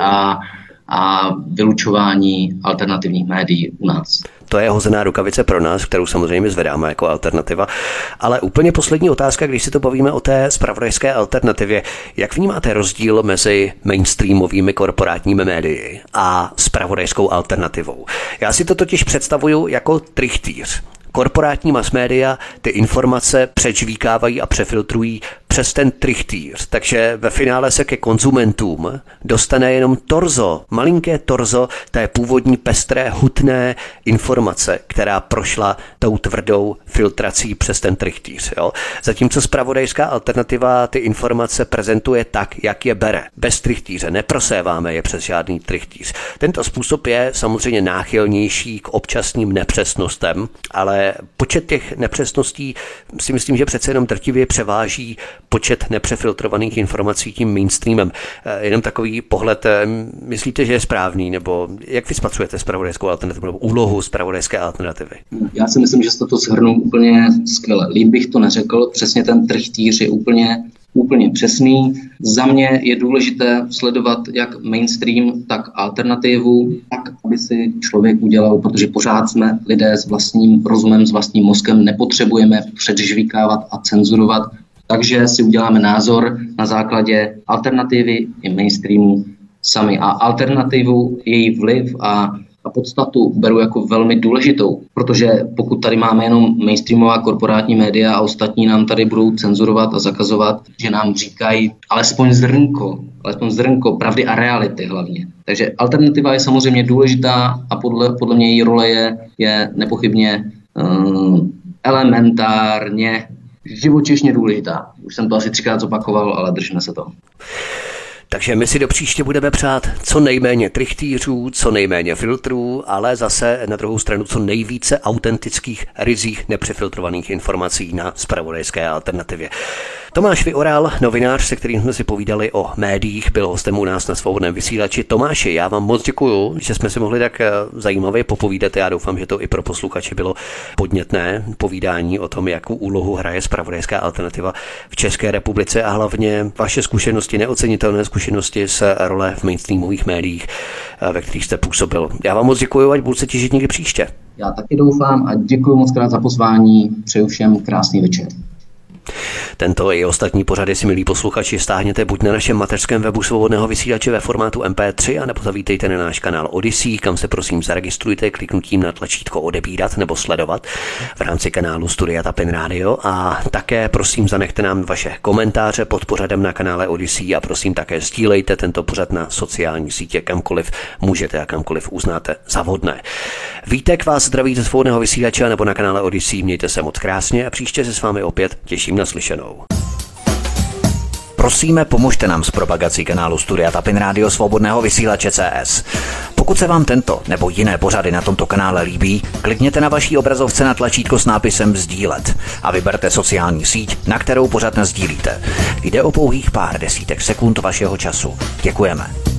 a vylučování alternativních médií u nás. To je hozená rukavice pro nás, kterou samozřejmě zvedáme jako alternativa. Ale úplně poslední otázka, když si to bavíme o té zpravodajské alternativě. Jak vnímáte rozdíl mezi mainstreamovými korporátními médii a zpravodajskou alternativou? Já si to totiž představuju jako trichtýř. Korporátní masmédia ty informace přečvíkávají a přefiltrují přes ten trichtýř, takže ve finále se ke konzumentům dostane jenom torzo, malinké torzo té původní pestré, hutné informace, která prošla tou tvrdou filtrací přes ten trichtýř. Jo? Zatímco zpravodajská alternativa ty informace prezentuje tak, jak je bere. Bez trichtýře, neproséváme je přes žádný trichtýř. Tento způsob je samozřejmě náchylnější k občasným nepřesnostem, ale počet těch nepřesností si myslím, že přece jenom drtivě převáží počet nepřefiltrovaných informací tím mainstreamem. Jenom takový pohled, myslíte, že je správný, nebo jak vy spatřujete zpravodajskou alternativu nebo úlohu zpravodajské alternativy? Já si myslím, že jste to shrnul úplně skvěle. Líp bych to neřekl, přesně ten trichtýř je úplně přesný. Za mě je důležité sledovat jak mainstream, tak alternativu, tak, aby si člověk udělal, protože pořád jsme lidé s vlastním rozumem, s vlastním mozkem, nepotřebujeme předžvíkávat a cenzurovat, takže si uděláme názor na základě alternativy i mainstreamu sami. A alternativu, její vliv a a podstatu beru jako velmi důležitou, protože pokud tady máme jenom mainstreamová korporátní média a ostatní nám tady budou cenzurovat a zakazovat, že nám říkají alespoň zrnko pravdy a reality hlavně. Takže alternativa je samozřejmě důležitá a podle mě její role je nepochybně elementárně živočišně důležitá. Už jsem to asi 3krát zopakoval, ale držíme se toho. Takže my si do příště budeme přát co nejméně trichtýřů, co nejméně filtrů, ale zase na druhou stranu co nejvíce autentických, ryzích, nepřefiltrovaných informací na zpravodajské alternativě. Tomáš Vyoral, novinář, se kterým jsme si povídali o médiích, byl hostem u nás na Svobodném vysílači. Tomáši, já vám moc děkuju, že jsme si mohli tak zajímavě popovídat. Já doufám, že to i pro posluchače bylo podnětné povídání o tom, jakou úlohu hraje zpravodajská alternativa v České republice a hlavně vaše zkušenosti, neocenitelné zkušenosti z role v mainstreamových médiích, ve kterých jste působil. Já vám moc děkuju, ať budu se těšit někdy příště. Já taky doufám a děkuji moc krát za pozvání. Přeju všem krásný večer. Tento i ostatní pořady si, milí posluchači, stáhněte buď na našem mateřském webu Svobodného vysílače ve formátu MP3, anebo zavítejte na náš kanál Odyssey, kam se prosím zaregistrujte kliknutím na tlačítko odebírat nebo sledovat v rámci kanálu Studia Tapin Radio a také prosím zanechte nám vaše komentáře pod pořadem na kanále Odyssey a prosím také sdílejte tento pořad na sociální sítě kamkoliv můžete a kamkoliv uznáte za vhodné. Vítek vás zdraví ze Svobodného vysílače nebo na kanále Odyssey, mějte se moc krásně a příště se s vámi opět těším naslyšenou. Prosíme, pomožte nám s propagací kanálu Studia Tapin Radio Svobodného vysílače CS. Pokud se vám tento nebo jiné pořady na tomto kanále líbí, klikněte na vaší obrazovce na tlačítko s nápisem sdílet a vyberte sociální síť, na kterou pořad nasdílíte. Jde o pouhých pár desítek sekund vašeho času. Děkujeme.